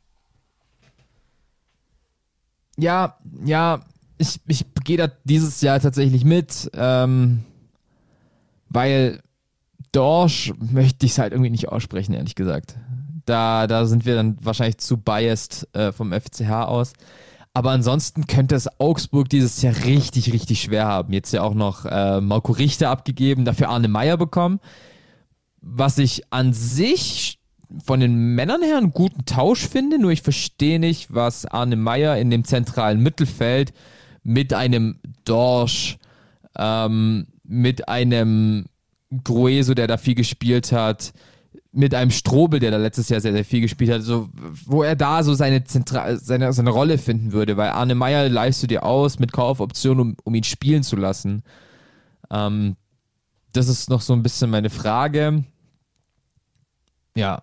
Ja, ja, ich, ich gehe da dieses Jahr tatsächlich mit, ähm, weil Dorsch möchte ich es halt irgendwie nicht aussprechen, ehrlich gesagt. Da, da sind wir dann wahrscheinlich zu biased äh, vom F C H aus. Aber ansonsten könnte es Augsburg dieses Jahr richtig, richtig schwer haben. Jetzt ja auch noch äh, Marco Richter abgegeben, dafür Arne Meyer bekommen. Was ich an sich von den Männern her einen guten Tausch finde, nur ich verstehe nicht, was Arne Meyer in dem zentralen Mittelfeld mit einem Dorsch, ähm, mit einem Grueso, der da viel gespielt hat, mit einem Strobel, der da letztes Jahr sehr, sehr viel gespielt hat, so, wo er da so seine, Zentra- seine, seine Rolle finden würde, weil Arne Meyer leihst du dir aus mit Kaufoption, um, um ihn spielen zu lassen. Ähm, das ist noch so ein bisschen meine Frage. Ja.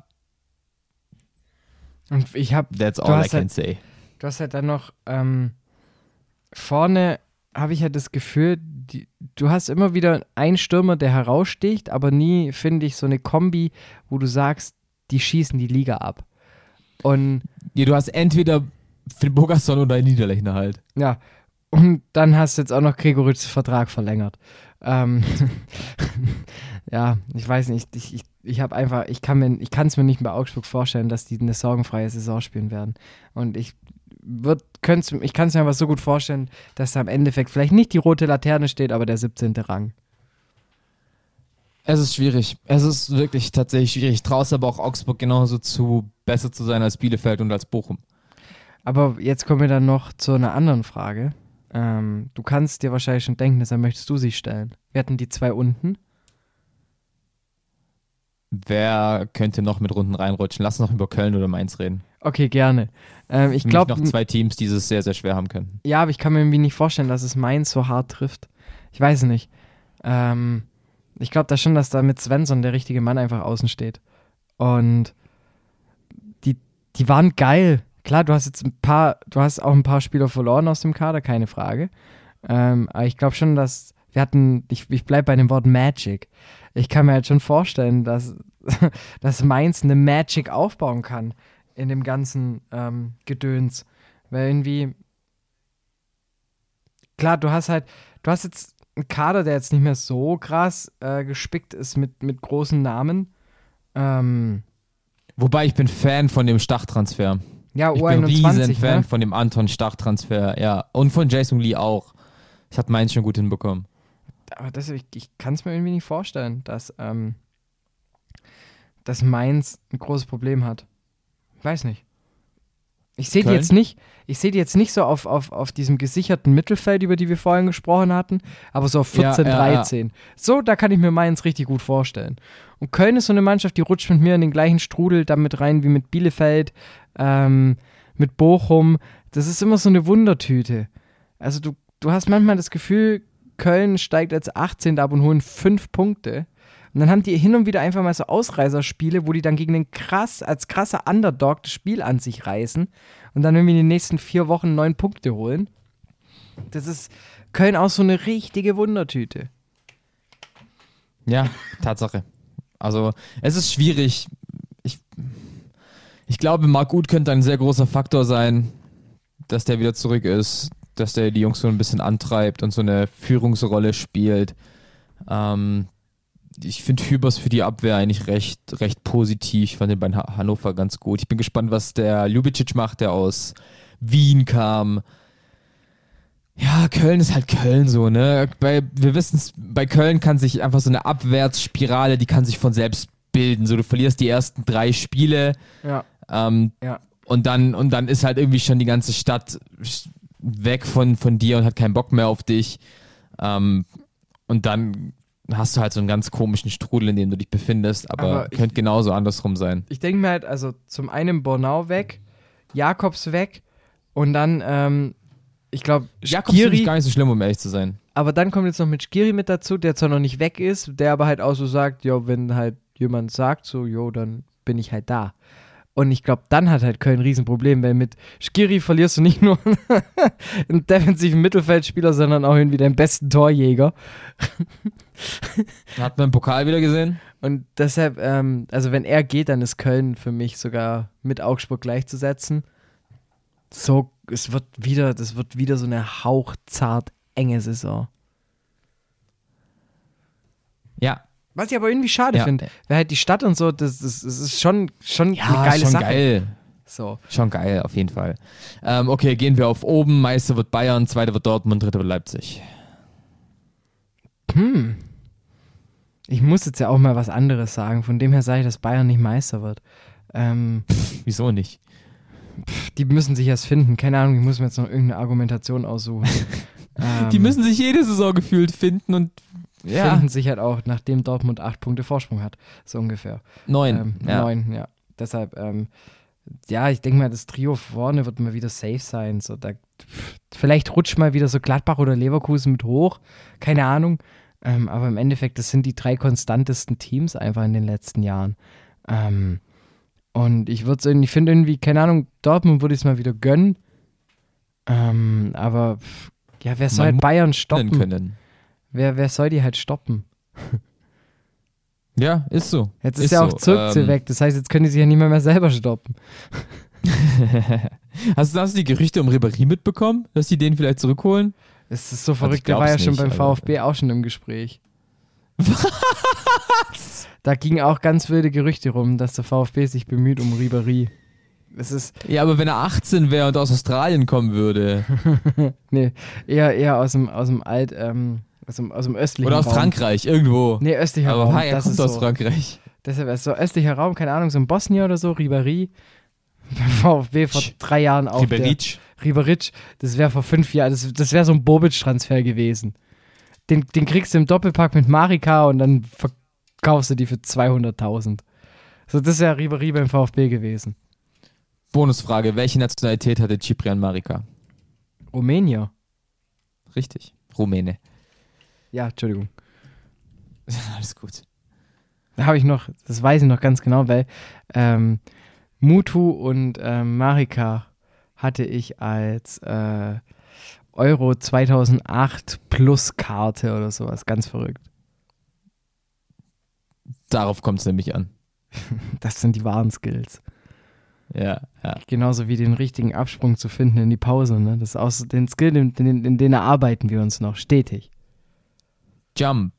Und ich habe, That's all I can halt, say. Du hast halt dann noch ähm, vorne habe ich halt das Gefühl, die, du hast immer wieder einen Stürmer, der heraussticht, aber nie, finde ich, so eine Kombi, wo du sagst, die schießen die Liga ab. Und ja, du hast entweder Phil Bogason oder Niederlechner halt. Ja, und dann hast du jetzt auch noch Gregoritschs Vertrag verlängert. Ähm, ja, ich weiß nicht, ich, ich, ich habe einfach, ich kann mir, ich kann es mir nicht bei Augsburg vorstellen, dass die eine sorgenfreie Saison spielen werden. Und ich wird, ich kann es mir aber so gut vorstellen, dass da im Endeffekt vielleicht nicht die rote Laterne steht, aber der siebzehnte Rang. Es ist schwierig. Es ist wirklich tatsächlich schwierig. Ich traue es aber auch Augsburg genauso zu, besser zu sein als Bielefeld und als Bochum. Aber jetzt kommen wir dann noch zu einer anderen Frage. Ähm, du kannst dir wahrscheinlich schon denken, deshalb möchtest du sie stellen. Wir hatten die zwei unten. Wer könnte noch mit Runden reinrutschen? Lass noch über Köln oder Mainz reden. Okay, gerne. Ähm, ich glaube noch zwei Teams, die es sehr, sehr schwer haben können. Ja, aber ich kann mir irgendwie nicht vorstellen, dass es Mainz so hart trifft. Ich weiß nicht. Ähm, ich glaube da schon, dass da mit Svensson der richtige Mann einfach außen steht. Und die, die waren geil. Klar, du hast jetzt ein paar, du hast auch ein paar Spieler verloren aus dem Kader, keine Frage. Ähm, aber ich glaube schon, dass wir hatten, ich, ich bleibe bei dem Wort Magic. Ich kann mir halt schon vorstellen, dass, dass Mainz eine Magic aufbauen kann in dem ganzen ähm, Gedöns. Weil irgendwie, klar, du hast halt, du hast jetzt einen Kader, der jetzt nicht mehr so krass äh, gespickt ist mit, mit großen Namen. Ähm, Wobei ich bin Fan von dem Stach-Transfer. Ja, ich U bin einundzwanzig, riesen Fan ne? von dem Anton Stach-Transfer, ja. Und von Jason Lee auch. Das hat Mainz schon gut hinbekommen. Aber das, ich, ich kann es mir irgendwie nicht vorstellen, dass, ähm, dass Mainz ein großes Problem hat. Weiß nicht. Ich sehe die jetzt nicht, ich sehe die jetzt nicht so auf, auf, auf diesem gesicherten Mittelfeld, über die wir vorhin gesprochen hatten, aber so auf vierzehn, ja, ja, dreizehn. Ja. So, da kann ich mir Mainz richtig gut vorstellen. Und Köln ist so eine Mannschaft, die rutscht mit mir in den gleichen Strudel damit rein wie mit Bielefeld, ähm, mit Bochum. Das ist immer so eine Wundertüte. Also du, du hast manchmal das Gefühl, Köln steigt als achtzehnter ab und holen fünf Punkte. Und dann haben die hin und wieder einfach mal so Ausreißerspiele, wo die dann gegen den krass, als krasser Underdog das Spiel an sich reißen und dann irgendwie in den nächsten vier Wochen neun Punkte holen. Das ist Köln auch so eine richtige Wundertüte. Ja, Tatsache. Also es ist schwierig. Ich, ich glaube, Marc Uth könnte ein sehr großer Faktor sein, dass der wieder zurück ist, dass der die Jungs so ein bisschen antreibt und so eine Führungsrolle spielt. Ähm, ich finde Hübers für die Abwehr eigentlich recht, recht positiv. Ich fand den bei Hannover ganz gut. Ich bin gespannt, was der Ljubicic macht, der aus Wien kam. Ja, Köln ist halt Köln so, ne? Bei, wir wissen es, bei Köln kann sich einfach so eine Abwärtsspirale, die kann sich von selbst bilden. So, du verlierst die ersten drei Spiele Ja. ähm, Ja. und dann und dann ist halt irgendwie schon die ganze Stadt weg von, von dir und hat keinen Bock mehr auf dich. Ähm, und dann hast du halt so einen ganz komischen Strudel, in dem du dich befindest, aber, Aber könnte ich- genauso andersrum sein. Ich denke mir halt, also zum einen Bornau weg, Jakobs weg und dann, ähm, ich glaube, Jakobs finde ich Skiri, gar nicht so schlimm, um ehrlich zu sein. aber dann kommt jetzt noch mit Skiri mit dazu, der zwar noch nicht weg ist, der aber halt auch so sagt, jo, wenn halt jemand sagt so, jo, dann bin ich halt da. Und ich glaube, dann hat halt Köln ein Riesenproblem, weil mit Skiri verlierst du nicht nur einen defensiven Mittelfeldspieler, sondern auch irgendwie den besten Torjäger. Hat man im Pokal wieder gesehen? Und deshalb, ähm, also wenn er geht, dann ist Köln für mich sogar mit Augsburg gleichzusetzen. So, es wird wieder, das wird wieder so eine hauchzart enge Saison. Ja. Was ich aber irgendwie schade Ja. finde, weil halt die Stadt und so, das, das, das ist schon, schon Ja, eine geile schon Sache. geil. So. Schon geil, auf jeden Fall. Ähm, okay, gehen wir auf oben. Meister wird Bayern, zweiter wird Dortmund, dritter wird Leipzig. Hm. Ich muss jetzt ja auch mal was anderes sagen. Von dem her sage ich, dass Bayern nicht Meister wird. Ähm, Pff, wieso nicht? pff, die müssen sich erst finden. Keine Ahnung, ich muss mir jetzt noch irgendeine Argumentation aussuchen. ähm, Die müssen sich jede Saison gefühlt finden und ja. finden sich halt auch, nachdem Dortmund acht Punkte Vorsprung hat. So ungefähr. Neun. Ähm, ja. Neun, ja. Deshalb, ähm, ja, ich denke mal, das Trio vorne wird mal wieder safe sein. So, da, vielleicht rutscht mal wieder so Gladbach oder Leverkusen mit hoch. Keine Ahnung. Ähm, aber im Endeffekt, das sind die drei konstantesten Teams einfach in den letzten Jahren. Ähm, und ich würde irgendwie, ich finde irgendwie, keine Ahnung, Dortmund würde ich es mal wieder gönnen. Ähm, aber ja, wer soll Man halt Bayern stoppen? Können. Wer, wer soll die halt stoppen? Ja, ist so. Jetzt ist, ist ja auch so. Zirkzee ähm, weg. Das heißt, jetzt können die sich ja nicht mehr, mehr selber stoppen. hast, du, hast du die Gerüchte um Ribéry mitbekommen, dass die den vielleicht zurückholen? Es ist so Also verrückt, ich der war ja glaub's schon nicht, beim aber- VfB auch schon im Gespräch. Was? Da gingen auch ganz wilde Gerüchte rum, dass der VfB sich bemüht um Ribéry. Es ist, Ja, aber wenn er achtzehn wäre und aus Australien kommen würde. nee, eher, eher aus dem, aus dem Alt, ähm, aus dem, aus dem östlichen Oder aus Raum. Frankreich, irgendwo. Nee, östlicher aber Raum. ha, er das kommt ist aus so. Frankreich. Deshalb ist so östlicher Raum, keine Ahnung, so in Bosnien oder so, Ribéry. Beim VfB vor drei Jahren auch. der- Riberic. Riberic, das wäre vor fünf Jahren, das, das wäre so ein Bobic-Transfer gewesen. Den, den kriegst du im Doppelpack mit Marika und dann verkaufst du die für zweihunderttausend. So, das wäre Ribéry beim VfB gewesen. Bonusfrage, welche Nationalität hatte Ciprian Marika? Rumänier. Richtig, Rumäne. Ja, Entschuldigung. Alles gut. Da habe ich noch, das weiß ich noch ganz genau, weil ähm, Mutu und ähm, Marika hatte ich als äh, Euro zweitausendacht Plus Karte oder sowas. Ganz verrückt. Darauf kommt es nämlich an. Das sind die wahren Skills. Ja, ja. Genauso wie den richtigen Absprung zu finden in die Pause. Ne? Das ist auch so den Skill, in, in, in den erarbeiten wir uns noch stetig. Jump.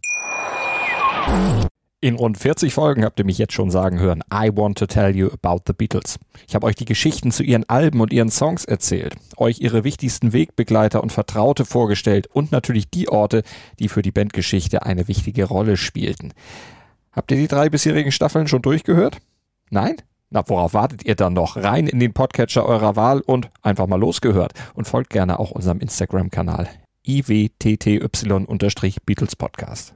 In rund vierzig Folgen habt ihr mich jetzt schon sagen hören, I want to tell you about the Beatles. Ich habe euch die Geschichten zu ihren Alben und ihren Songs erzählt, euch ihre wichtigsten Wegbegleiter und Vertraute vorgestellt und natürlich die Orte, die für die Bandgeschichte eine wichtige Rolle spielten. Habt ihr die drei bisherigen Staffeln schon durchgehört? Nein? Na, worauf wartet ihr dann noch? Rein in den Podcatcher eurer Wahl und einfach mal losgehört. Und folgt gerne auch unserem Instagram-Kanal I W T T Y-Beatles Podcast.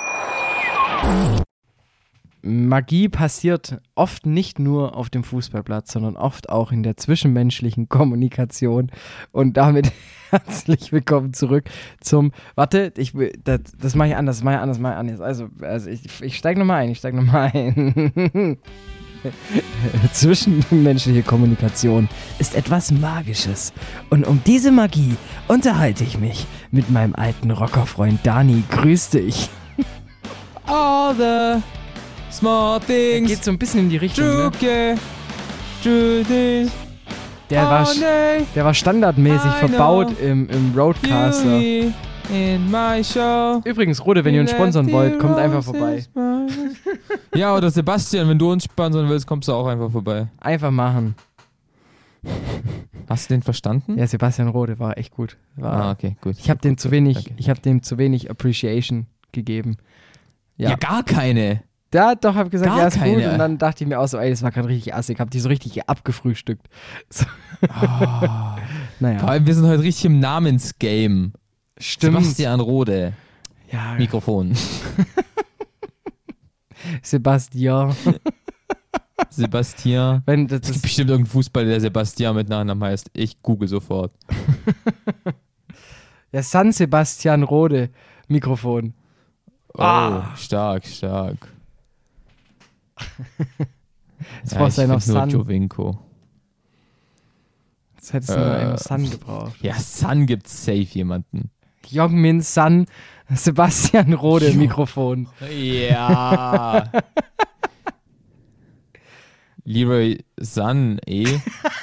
Magie passiert oft nicht nur auf dem Fußballplatz, sondern oft auch in der zwischenmenschlichen Kommunikation. Und damit herzlich willkommen zurück zum, warte, ich, will- das, das mache ich anders, das mache ich anders, das mache ich anders. Also, also ich, ich steige nochmal ein, ich steige nochmal ein. Zwischenmenschliche Kommunikation ist etwas Magisches. Und um diese Magie unterhalte ich mich mit meinem alten Rockerfreund Dani. Grüß dich. All the small things. Geht so ein bisschen in die Richtung, ne? Juke, Judy, Der war, sch- der war standardmäßig I know. verbaut im, im Roadcaster. Yui in my show. Übrigens, Rode, wenn ihr uns sponsern wollt, kommt einfach vorbei. Ja, oder Sebastian, wenn du uns sponsern willst, kommst du auch einfach vorbei. Einfach machen. Hast du den verstanden? Ja, Sebastian Rode war echt gut. War, Ah, okay, gut. Ich habe dem zu wenig, Danke. ich habe dem zu wenig Appreciation gegeben. Ja, Ja, gar keine. ja doch, habe gesagt, Gar ja, ist keine. gut. Und dann dachte ich mir auch so, ey, das war gerade richtig assig. Hab die so richtig abgefrühstückt. So. Oh. Naja, Vor allem, wir sind heute richtig im Namensgame. stimmt. Sebastian Rode. Ja, Mikrofon. Sebastian. Sebastian. Wenn das Es gibt ist, bestimmt irgendeinen Fußballer, der Sebastian mit Nachnamen heißt. Ich google sofort. ja, San Sebastian Rode Mikrofon. Oh, Ah. stark, stark. Jetzt Ja, brauchst du ich ja noch find nur Sun. Jovinko. Jetzt hättest du nur Äh, einen Sun gebraucht. Ja, Sun gibt safe jemanden. Jongmin Sun, Sebastian Rode Jo. Mikrofon. Ja. Leroy Sun, eh?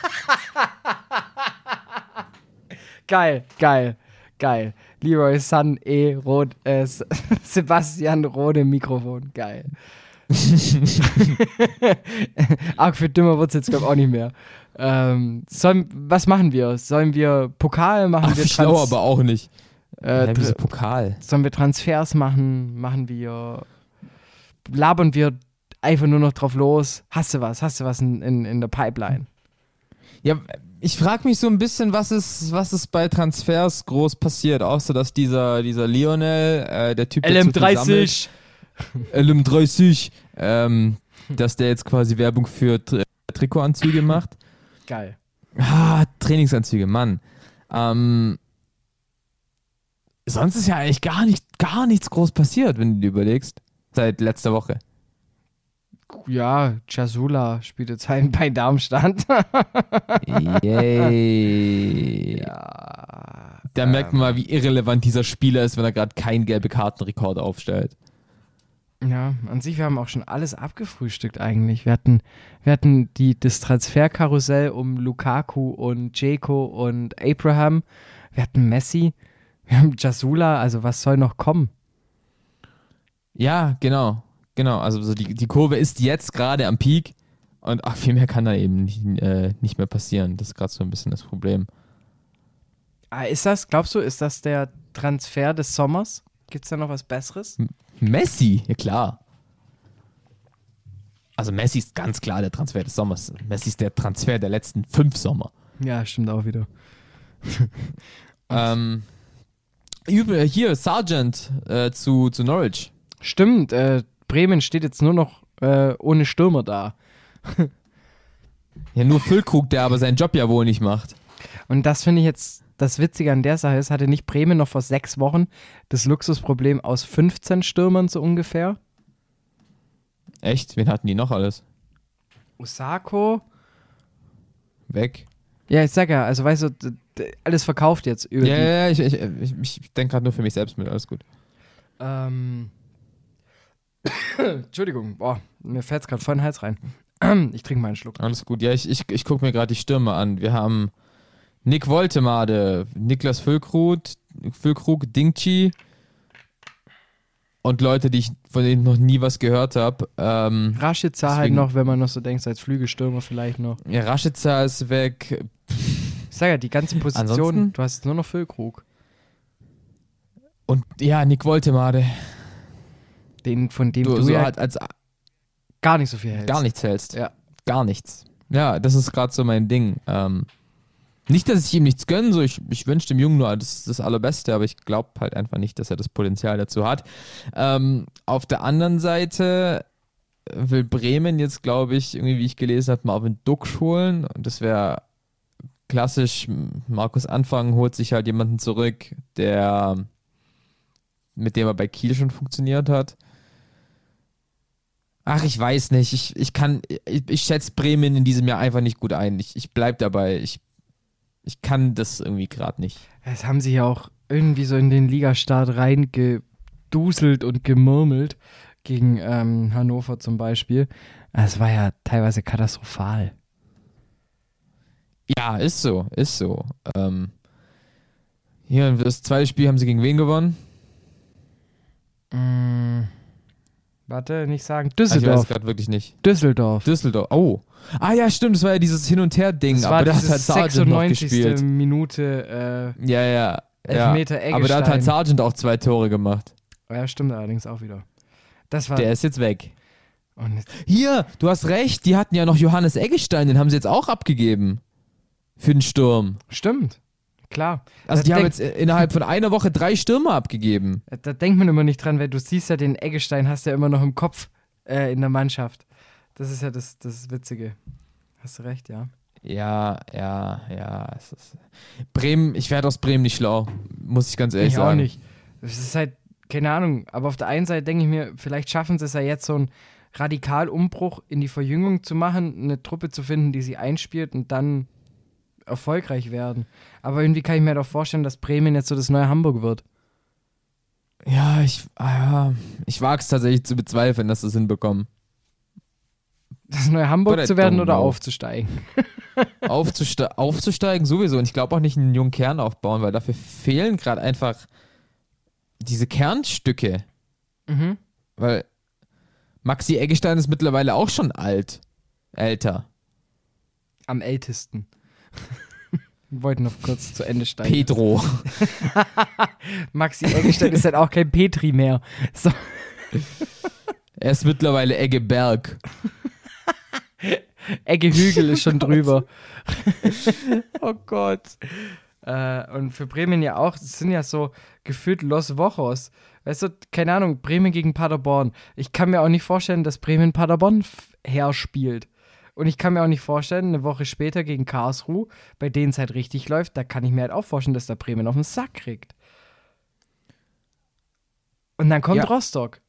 Geil, geil, geil. Leroy Sun, E, Rot, äh, S- Sebastian Rode Mikrofon. Geil. Arg viel dümmer wird es jetzt, glaube ich, auch nicht mehr. Ähm, sollen, was machen wir? Sollen wir Pokal machen? Ach, wir schlau Trans- aber auch nicht. Äh, ja, dr- wieso Pokal? Sollen wir Transfers machen? Machen wir. Labern wir einfach nur noch drauf los? Hast du was? Hast du was in, in, in der Pipeline? Ja, ich frage mich so ein bisschen, was ist, was ist bei Transfers groß passiert, außer dass dieser, dieser Lionel, äh, der Typ, der L M zu viel sammelt, dreißig! L M dreißig, ähm, dass der jetzt quasi Werbung für Tri- Trikotanzüge macht. Geil. Ah, Trainingsanzüge, Mann. Ähm, sonst ist ja eigentlich gar, nicht, gar nichts groß passiert, wenn du dir überlegst, seit letzter Woche. Ja, Jasula spielt jetzt halt bei Darmstadt. Yay. Ja. Da merkt man mal, wie irrelevant dieser Spieler ist, wenn er gerade keinen gelbe Kartenrekord aufstellt. Ja, an sich, wir haben auch schon alles abgefrühstückt eigentlich. Wir hatten, wir hatten die, das Transferkarussell um Lukaku und Dzeko und Abraham. Wir hatten Messi. Wir haben Jasula. Also was soll noch kommen? Ja, genau. Genau, also so die, die Kurve ist jetzt gerade am Peak und ach, viel mehr kann da eben nicht, äh, nicht mehr passieren. Das ist gerade so ein bisschen das Problem. Ah, ist das, glaubst du, ist das der Transfer des Sommers? Gibt es da noch was Besseres? M- Messi? Ja, klar. Also Messi ist ganz klar der Transfer des Sommers. Messi ist der Transfer der letzten fünf Sommer. Ja, stimmt auch wieder. ähm, üb- hier, Sargent äh, zu, zu Norwich. Stimmt, äh, Bremen steht jetzt nur noch äh, ohne Stürmer da. Ja, nur Füllkrug, der aber seinen Job ja wohl nicht macht. Und das finde ich jetzt, das Witzige an der Sache ist, hatte nicht Bremen noch vor sechs Wochen das Luxusproblem aus fünfzehn Stürmern so ungefähr? Echt? Wen hatten die noch alles? Osako? Weg? Ja, ich sag ja, also weißt du, d- d- alles verkauft jetzt über Ja, die. ja, ja, ich, ich, ich, ich denke gerade nur für mich selbst mit, alles gut. Ähm. Entschuldigung, boah, mir fällt es gerade voll in den Hals rein. Ich trinke mal einen Schluck. Alles gut. Ja, ich, ich, ich gucke mir gerade die Stürme an. Wir haben Nick Woltemade, Niklas Füllkrug, Füllkrug, Dingchi und Leute, die ich, von denen ich noch nie was gehört habe. Ähm, Rashica halt deswegen- noch, wenn man noch so denkt, als Flügelstürmer vielleicht noch. ja, Rashica ist weg. Ich sag ja, die ganzen Positionen, Ansonsten- du hast jetzt nur noch Füllkrug. Und ja, Nick Woltemade. Den, von dem Du, du, so ja halt als gar nicht so viel hältst. gar nichts hältst. Ja. Gar nichts. Ja, das ist gerade so mein Ding. Ähm, nicht, dass ich ihm nichts gönne, so ich, ich wünsche dem Jungen nur das, das Allerbeste, aber ich glaube halt einfach nicht, dass er das Potenzial dazu hat. Ähm, auf der anderen Seite will Bremen jetzt, glaube ich, irgendwie, wie ich gelesen habe, Marvin Duksch holen. Und das wäre klassisch, Markus Anfang holt sich halt jemanden zurück, der mit dem er bei Kiel schon funktioniert hat. Ach, ich weiß nicht. Ich, ich kann, ich, ich schätze Bremen in diesem Jahr einfach nicht gut ein. Ich, ich bleib dabei. Ich, ich kann das irgendwie gerade nicht. Es haben sich ja auch irgendwie so in den Ligastart reingeduselt und gemurmelt gegen ähm, Hannover zum Beispiel. Es war ja teilweise katastrophal. Ja, ist so, ist so. Ähm, hier, das zweite Spiel haben sie gegen wen gewonnen? Mm, warte, nicht sagen. Ah, ich weiß Düsseldorf. gerade wirklich nicht. Düsseldorf. Düsseldorf. Oh. Ah ja, stimmt, das war ja dieses Hin- und Her-Ding. Das Aber war da hat diese halt Sargent noch sechsundneunzigste gespielt. Minute äh, Ja, ja. Elfmeter ja. Aber da hat halt Eggestein. Sargent auch zwei Tore gemacht. Ja, stimmt allerdings auch wieder. Das war. Der ist jetzt weg. Und jetzt, Hier, du hast recht, die hatten ja noch Johannes Eggestein, den haben sie jetzt auch abgegeben. Für den Sturm. stimmt. Klar. Also Da die haben denk- jetzt innerhalb von einer Woche drei Stürmer abgegeben. Da denkt man immer nicht dran, weil du siehst ja den Eggestein, hast du ja immer noch im Kopf äh, in der Mannschaft. Das ist ja das, das Witzige. Hast du recht, ja. Ja, ja, ja. Es ist Bremen, ich werde aus Bremen nicht schlau, muss ich ganz ehrlich Ich sagen. auch nicht. Es ist halt, keine Ahnung, aber auf der einen Seite denke ich mir, vielleicht schaffen sie es ja jetzt so einen Radikalumbruch in die Verjüngung zu machen, eine Truppe zu finden, die sie einspielt und dann erfolgreich werden. Aber irgendwie kann ich mir doch vorstellen, dass Bremen jetzt so das neue Hamburg wird. Ja, ich, ah, ja, ich wage es tatsächlich zu bezweifeln, dass sie es hinbekommen. Das neue Hamburg But I zu werden don't oder know. aufzusteigen. Aufzuste aufzusteigen sowieso. Und ich glaube auch nicht einen jungen Kern aufbauen, weil dafür fehlen gerade einfach diese Kernstücke. Mhm. Weil Maxi Eggestein ist mittlerweile auch schon alt. Älter. Am ältesten. Wir wollten noch kurz zu Ende steigen. Pedro. Maxi Eggestein ist halt auch kein Petri mehr. So. Er ist mittlerweile Eggeberg. Egge Hügel ist schon drüber. Oh Gott. Äh, und für Bremen ja auch, es sind ja so gefühlt Los Wochos. Weißt du, keine Ahnung, Bremen gegen Paderborn. Ich kann mir auch nicht vorstellen, dass Bremen Paderborn f- herspielt. Und ich kann mir auch nicht vorstellen, eine Woche später gegen Karlsruhe, bei denen es halt richtig läuft, da kann ich mir halt auch vorstellen, dass der Bremen auf den Sack kriegt. Und dann kommt Ja. Rostock.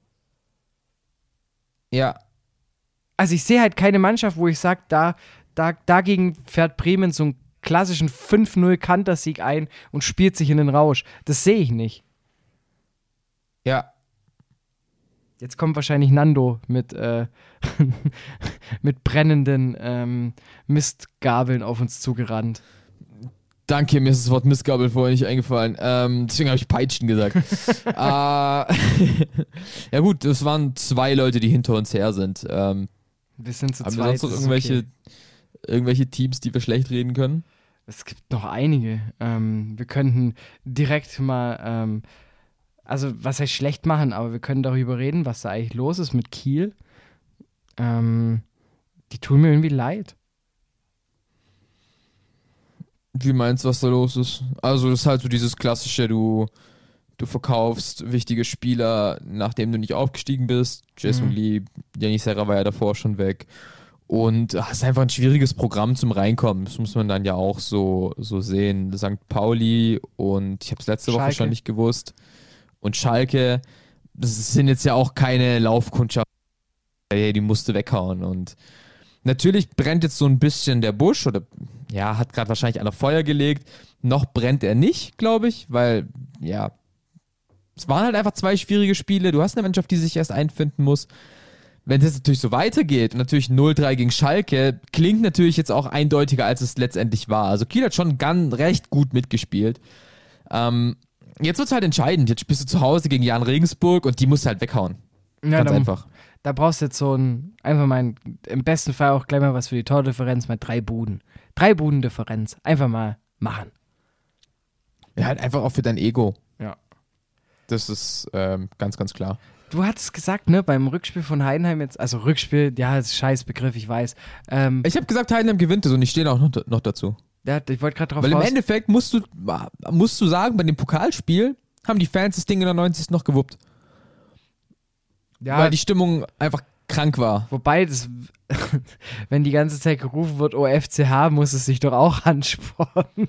Ja. Also ich sehe halt keine Mannschaft, wo ich sage, da, da, dagegen fährt Bremen so einen klassischen fünf null Kantersieg ein und spielt sich in den Rausch. Das sehe ich nicht. Ja. Jetzt kommt wahrscheinlich Nando mit, äh, mit brennenden ähm, Mistgabeln auf uns zugerannt. Danke, mir ist das Wort Mistgabel vorher nicht eingefallen. Ähm, deswegen habe ich Peitschen gesagt. äh, ja gut, das waren zwei Leute, die hinter uns her sind. Ähm, Wir sind zu haben wir zweit. sonst noch das ist irgendwelche, okay. irgendwelche Teams, die wir schlecht reden können? Es gibt noch einige. Ähm, wir könnten direkt mal, ähm, also was heißt schlecht machen, aber wir können darüber reden, was da eigentlich los ist mit Kiel. Ähm, die tun mir irgendwie leid. Wie meinst du, was da los ist? Also das ist halt so dieses klassische, du, du verkaufst wichtige Spieler, nachdem du nicht aufgestiegen bist. Jason Mhm. Lee, Yannick Serra war ja davor schon weg. Und es ist einfach ein schwieriges Programm zum Reinkommen. Das muss man dann ja auch so, so sehen. Sankt Pauli und ich habe es letzte Woche Schalke. schon nicht gewusst. Und Schalke, das sind jetzt ja auch keine Laufkundschaft. Hey, die musste weghauen. Und natürlich brennt jetzt so ein bisschen der Busch oder ja, hat gerade wahrscheinlich einer Feuer gelegt. Noch brennt er nicht, glaube ich, weil ja, es waren halt einfach zwei schwierige Spiele. Du hast eine Mannschaft, die sich erst einfinden muss. Wenn es jetzt natürlich so weitergeht und natürlich null drei gegen Schalke, klingt natürlich jetzt auch eindeutiger, als es letztendlich war. Also Kiel hat schon ganz recht gut mitgespielt. Ähm, jetzt wird es halt entscheidend. Jetzt spielst du zu Hause gegen Jan Regensburg und die musst du halt weghauen. Ja, Ganz da, einfach. Da brauchst du jetzt so ein, einfach mal, ein, im besten Fall auch gleich mal was für die Tordifferenz, mal drei Buden. Drei Buden-Differenz. Einfach mal machen. Ja, halt einfach auch für dein Ego. Ja. Das ist ähm, ganz, ganz klar. Du hattest gesagt, ne, beim Rückspiel von Heidenheim jetzt, also Rückspiel, ja, das ist ein scheiß Begriff, ich weiß. Ähm, Ich habe gesagt, Heidenheim gewinnt es und ich stehe auch noch, noch dazu. ja, ich wollte gerade drauf Weil im raus. Endeffekt musst du, musst du sagen, bei dem Pokalspiel haben die Fans das Ding in der neunzigsten noch gewuppt. ja, Weil die Stimmung einfach krank war. wobei, das, wenn die ganze Zeit gerufen wird, O F C H, muss es sich doch auch anspornen.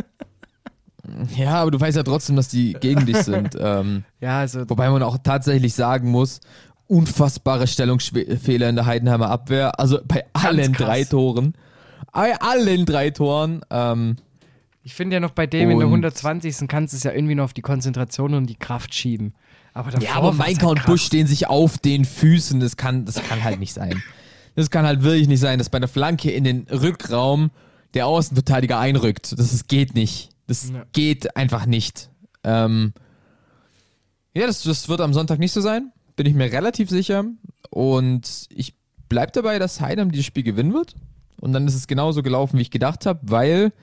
Ja, aber du weißt ja trotzdem, dass die gegen dich sind. ähm, Ja, also, wobei man auch tatsächlich sagen muss, unfassbare Stellungsfehler in der Heidenheimer Abwehr. Also bei allen krass. drei Toren. Bei allen drei Toren. Ähm, ich finde ja noch bei dem in der Und- hundertzwanzigsten kannst du es ja irgendwie noch auf die Konzentration und die Kraft schieben. Aber davor ja, aber war's Mainka halt und krass. Busch stehen sich auf den Füßen. Das kann, das kann halt nicht sein. Das kann halt wirklich nicht sein, dass bei einer Flanke in den Rückraum der Außenverteidiger einrückt. Das ist, geht nicht. Das Ja. geht einfach nicht. Ähm, ja, das, das wird am Sonntag nicht so sein. Bin ich mir relativ sicher. Und ich bleib dabei, dass Heidenheim dieses Spiel gewinnen wird. Und dann ist es genauso gelaufen, wie ich gedacht habe, weil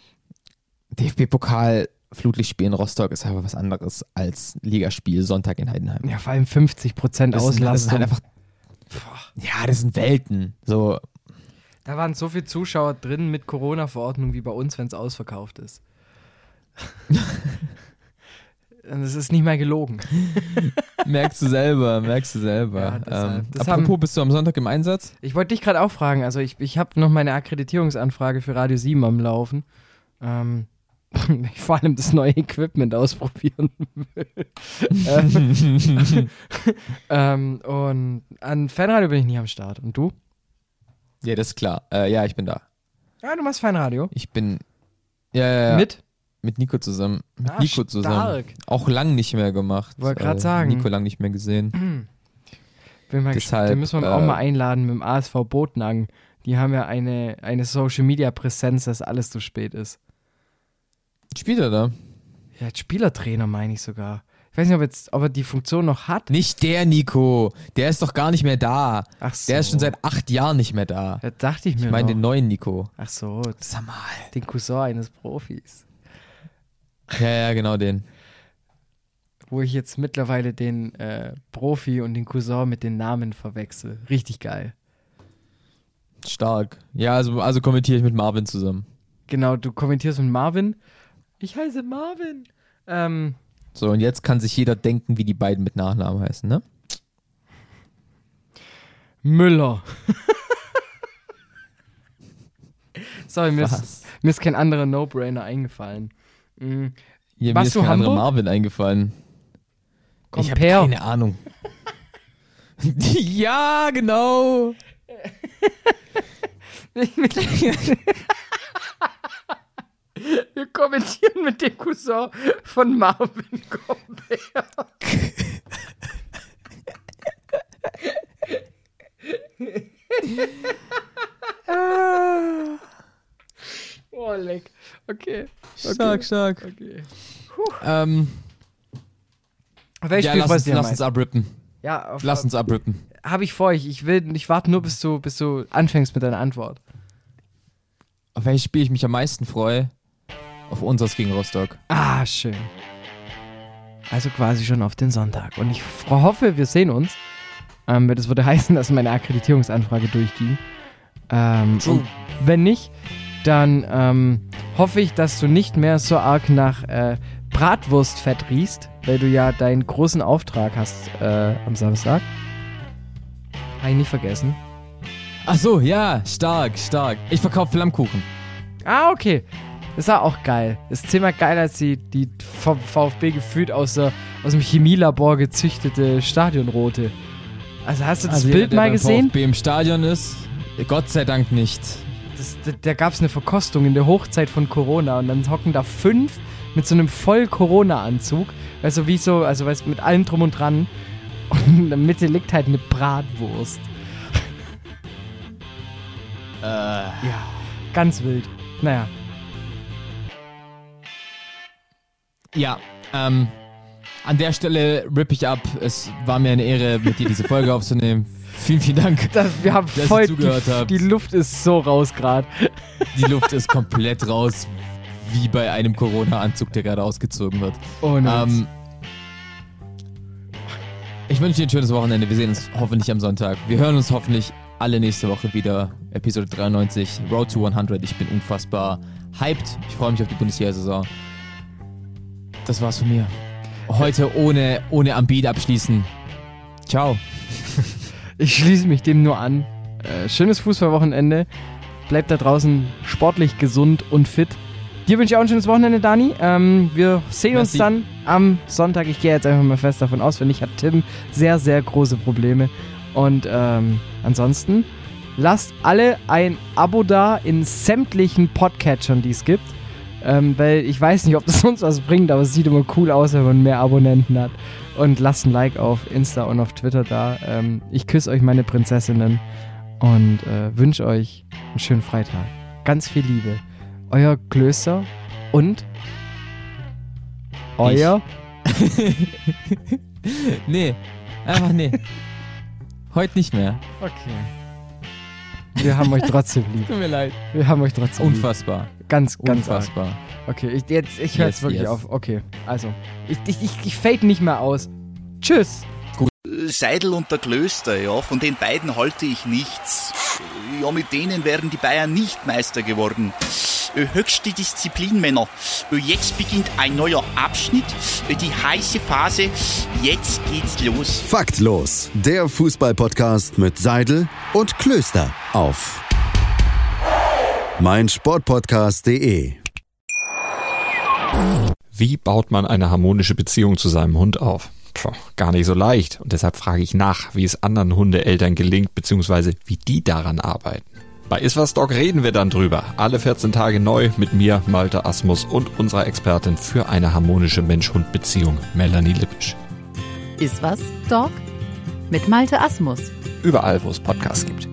D F B-Pokal Flutlichtspiel in Rostock ist einfach was anderes als Ligaspiel Sonntag in Heidenheim. Ja, vor allem fünfzig Prozent Das sind, das sind Auslastung. halt einfach. Ja, das sind Welten. So, Da waren so viele Zuschauer drin mit Corona-Verordnung wie bei uns, wenn es ausverkauft ist. Und es ist nicht mal gelogen. merkst du selber, merkst du selber. Ja, deshalb. ähm, Das apropos, haben- bist du am Sonntag im Einsatz? Ich wollte dich gerade auch fragen, also ich, ich habe noch meine Akkreditierungsanfrage für Radio sieben am Laufen. Ähm, ich vor allem das neue Equipment ausprobieren will. ähm, ähm, und an Fanradio bin ich nicht am Start. Und du? Ja, das ist klar. Äh, ja, ich bin da. Ja, du machst Fanradio. Ich bin. Ja, ja, ja. Mit? Mit Nico zusammen. Mit Ah, Nico zusammen. stark. Auch lang nicht mehr gemacht. Wollte grad Äh, sagen. Nico lang nicht mehr gesehen. Bin mal Deshalb, gespannt. Den müssen wir auch äh, mal einladen mit dem A S V Botenang. Die haben ja eine, eine Social-Media-Präsenz, dass alles zu spät ist. Spielt er da? Ja, als Spielertrainer meine ich sogar. Ich weiß nicht, ob, jetzt, ob er die Funktion noch hat. Nicht der Nico. Der ist doch gar nicht mehr da. Ach so. Der ist schon seit acht Jahren nicht mehr da. Das dachte ich mir Ich meine noch. den neuen Nico. Ach so, Sag mal. den Cousin eines Profis. Ja, ja, genau den. Wo ich jetzt mittlerweile den äh, Profi und den Cousin mit den Namen verwechsel. Richtig geil. Stark. Ja, also, also kommentiere ich mit Marvin zusammen. Genau, du kommentierst mit Marvin. Ich heiße Marvin. Ähm, So, und jetzt kann sich jeder denken, wie die beiden mit Nachnamen heißen, ne? Müller. Sorry, mir ist, Was? mir ist kein anderer No-Brainer eingefallen. Mhm. Ja, mir Warst ist du kein anderer Hamburg? Marvin eingefallen. Ich habe Compare. keine Ahnung. Ja, genau. Wir kommentieren mit dem Cousin von Marvin Compare. Oh, leck. Okay. Stark, stark. Okay. Ähm, Welches ja, Spiel lass freust uns, du dich am lass uns meisten? abrippen. Ja, auf, Lass uns abrippen. Habe ich vor. Ich, ich will, ich warte nur, bis du, bis du anfängst mit deiner Antwort. Auf welches Spiel ich mich am meisten freue? Auf unseres gegen Rostock. Ah, schön. Also quasi schon auf den Sonntag. Und ich hoffe, wir sehen uns. Ähm, das würde heißen, dass meine Akkreditierungsanfrage durchging. Ähm, und wenn nicht, dann ähm, hoffe ich, dass du nicht mehr so arg nach äh, Bratwurstfett riechst, weil du ja deinen großen Auftrag hast äh, am Samstag. Habe ich nicht vergessen. Ach so, ja, stark, stark. Ich verkaufe Flammkuchen. Ah, okay. Das war auch geil. Das ist zehnmal geiler als die, die vom VfB gefühlt aus, der, aus dem Chemielabor gezüchtete Stadionrote. Also hast du das Also jeder, Bild der mal beim gesehen? VfB im Stadion ist, Gott sei Dank nicht. Das, da da gab es eine Verkostung in der Hochzeit von Corona und dann hocken da fünf mit so einem Voll-Corona-Anzug. Also wie so, also weißt, mit allem drum und dran. Und in der Mitte liegt halt eine Bratwurst. Äh, Ja, ganz wild. Naja. ja, ähm, an der Stelle rippe ich ab. Es war mir eine Ehre, mit dir diese Folge aufzunehmen. Vielen, vielen Dank. Das, wir haben ihr voll, zugehört die, habt. die Luft ist so raus gerade. Die Luft ist komplett raus, wie bei einem Corona-Anzug, der gerade ausgezogen wird. Ohne Witz. Ähm, ich wünsche dir ein schönes Wochenende. Wir sehen uns hoffentlich am Sonntag. Wir hören uns hoffentlich alle nächste Woche wieder. Episode dreiundneunzig, Road to hundert. Ich bin unfassbar hyped. Ich freue mich auf die Bundesliga-Saison. Das war's von mir. Heute ohne, ohne am Beat abschließen. Ciao. Ich schließe mich dem nur an. Äh, schönes Fußballwochenende. Bleibt da draußen sportlich gesund und fit. Dir wünsche ich auch ein schönes Wochenende, Dani. Ähm, wir sehen Merci. uns dann am Sonntag. Ich gehe jetzt einfach mal fest davon aus, wenn nicht, hat Tim sehr, sehr große Probleme. Und ähm, ansonsten lasst alle ein Abo da in sämtlichen Podcatchern, die es gibt. Ähm, weil ich weiß nicht, ob das uns was bringt, aber es sieht immer cool aus, wenn man mehr Abonnenten hat. Und lasst ein Like auf Insta und auf Twitter da. Ähm, ich küsse euch, meine Prinzessinnen, und äh, wünsche euch einen schönen Freitag. Ganz viel Liebe. Euer Klöster und euer... Nee, einfach nee. Heute nicht mehr. Okay. Wir haben euch trotzdem lieb. Tut mir leid. Wir haben euch trotzdem Unfassbar. lieb. Ganz, ganz arg. Unfassbar. Okay, ich, jetzt, ich höre jetzt Yes, wirklich yes. auf. Okay, also, ich, ich, ich, ich fade nicht mehr aus. Tschüss. Seidel und der Klöster, ja, von den beiden halte ich nichts. Ja, mit denen wären die Bayern nicht Meister geworden. Höchste Disziplin, Männer. Jetzt beginnt ein neuer Abschnitt, die heiße Phase. Jetzt geht's los. Faktlos, der Fußball-Podcast mit Seidel und Klöster auf meinsportpodcast punkt de. Wie baut man eine harmonische Beziehung zu seinem Hund auf? Puh, gar nicht so leicht. Und deshalb frage ich nach, wie es anderen Hundeeltern gelingt, beziehungsweise wie die daran arbeiten. Bei Iswas Dog reden wir dann drüber. Alle vierzehn Tage neu mit mir, Malte Asmus, und unserer Expertin für eine harmonische Mensch-Hund-Beziehung, Melanie Lippisch. Iswas Dog mit Malte Asmus. Überall, wo es Podcasts gibt.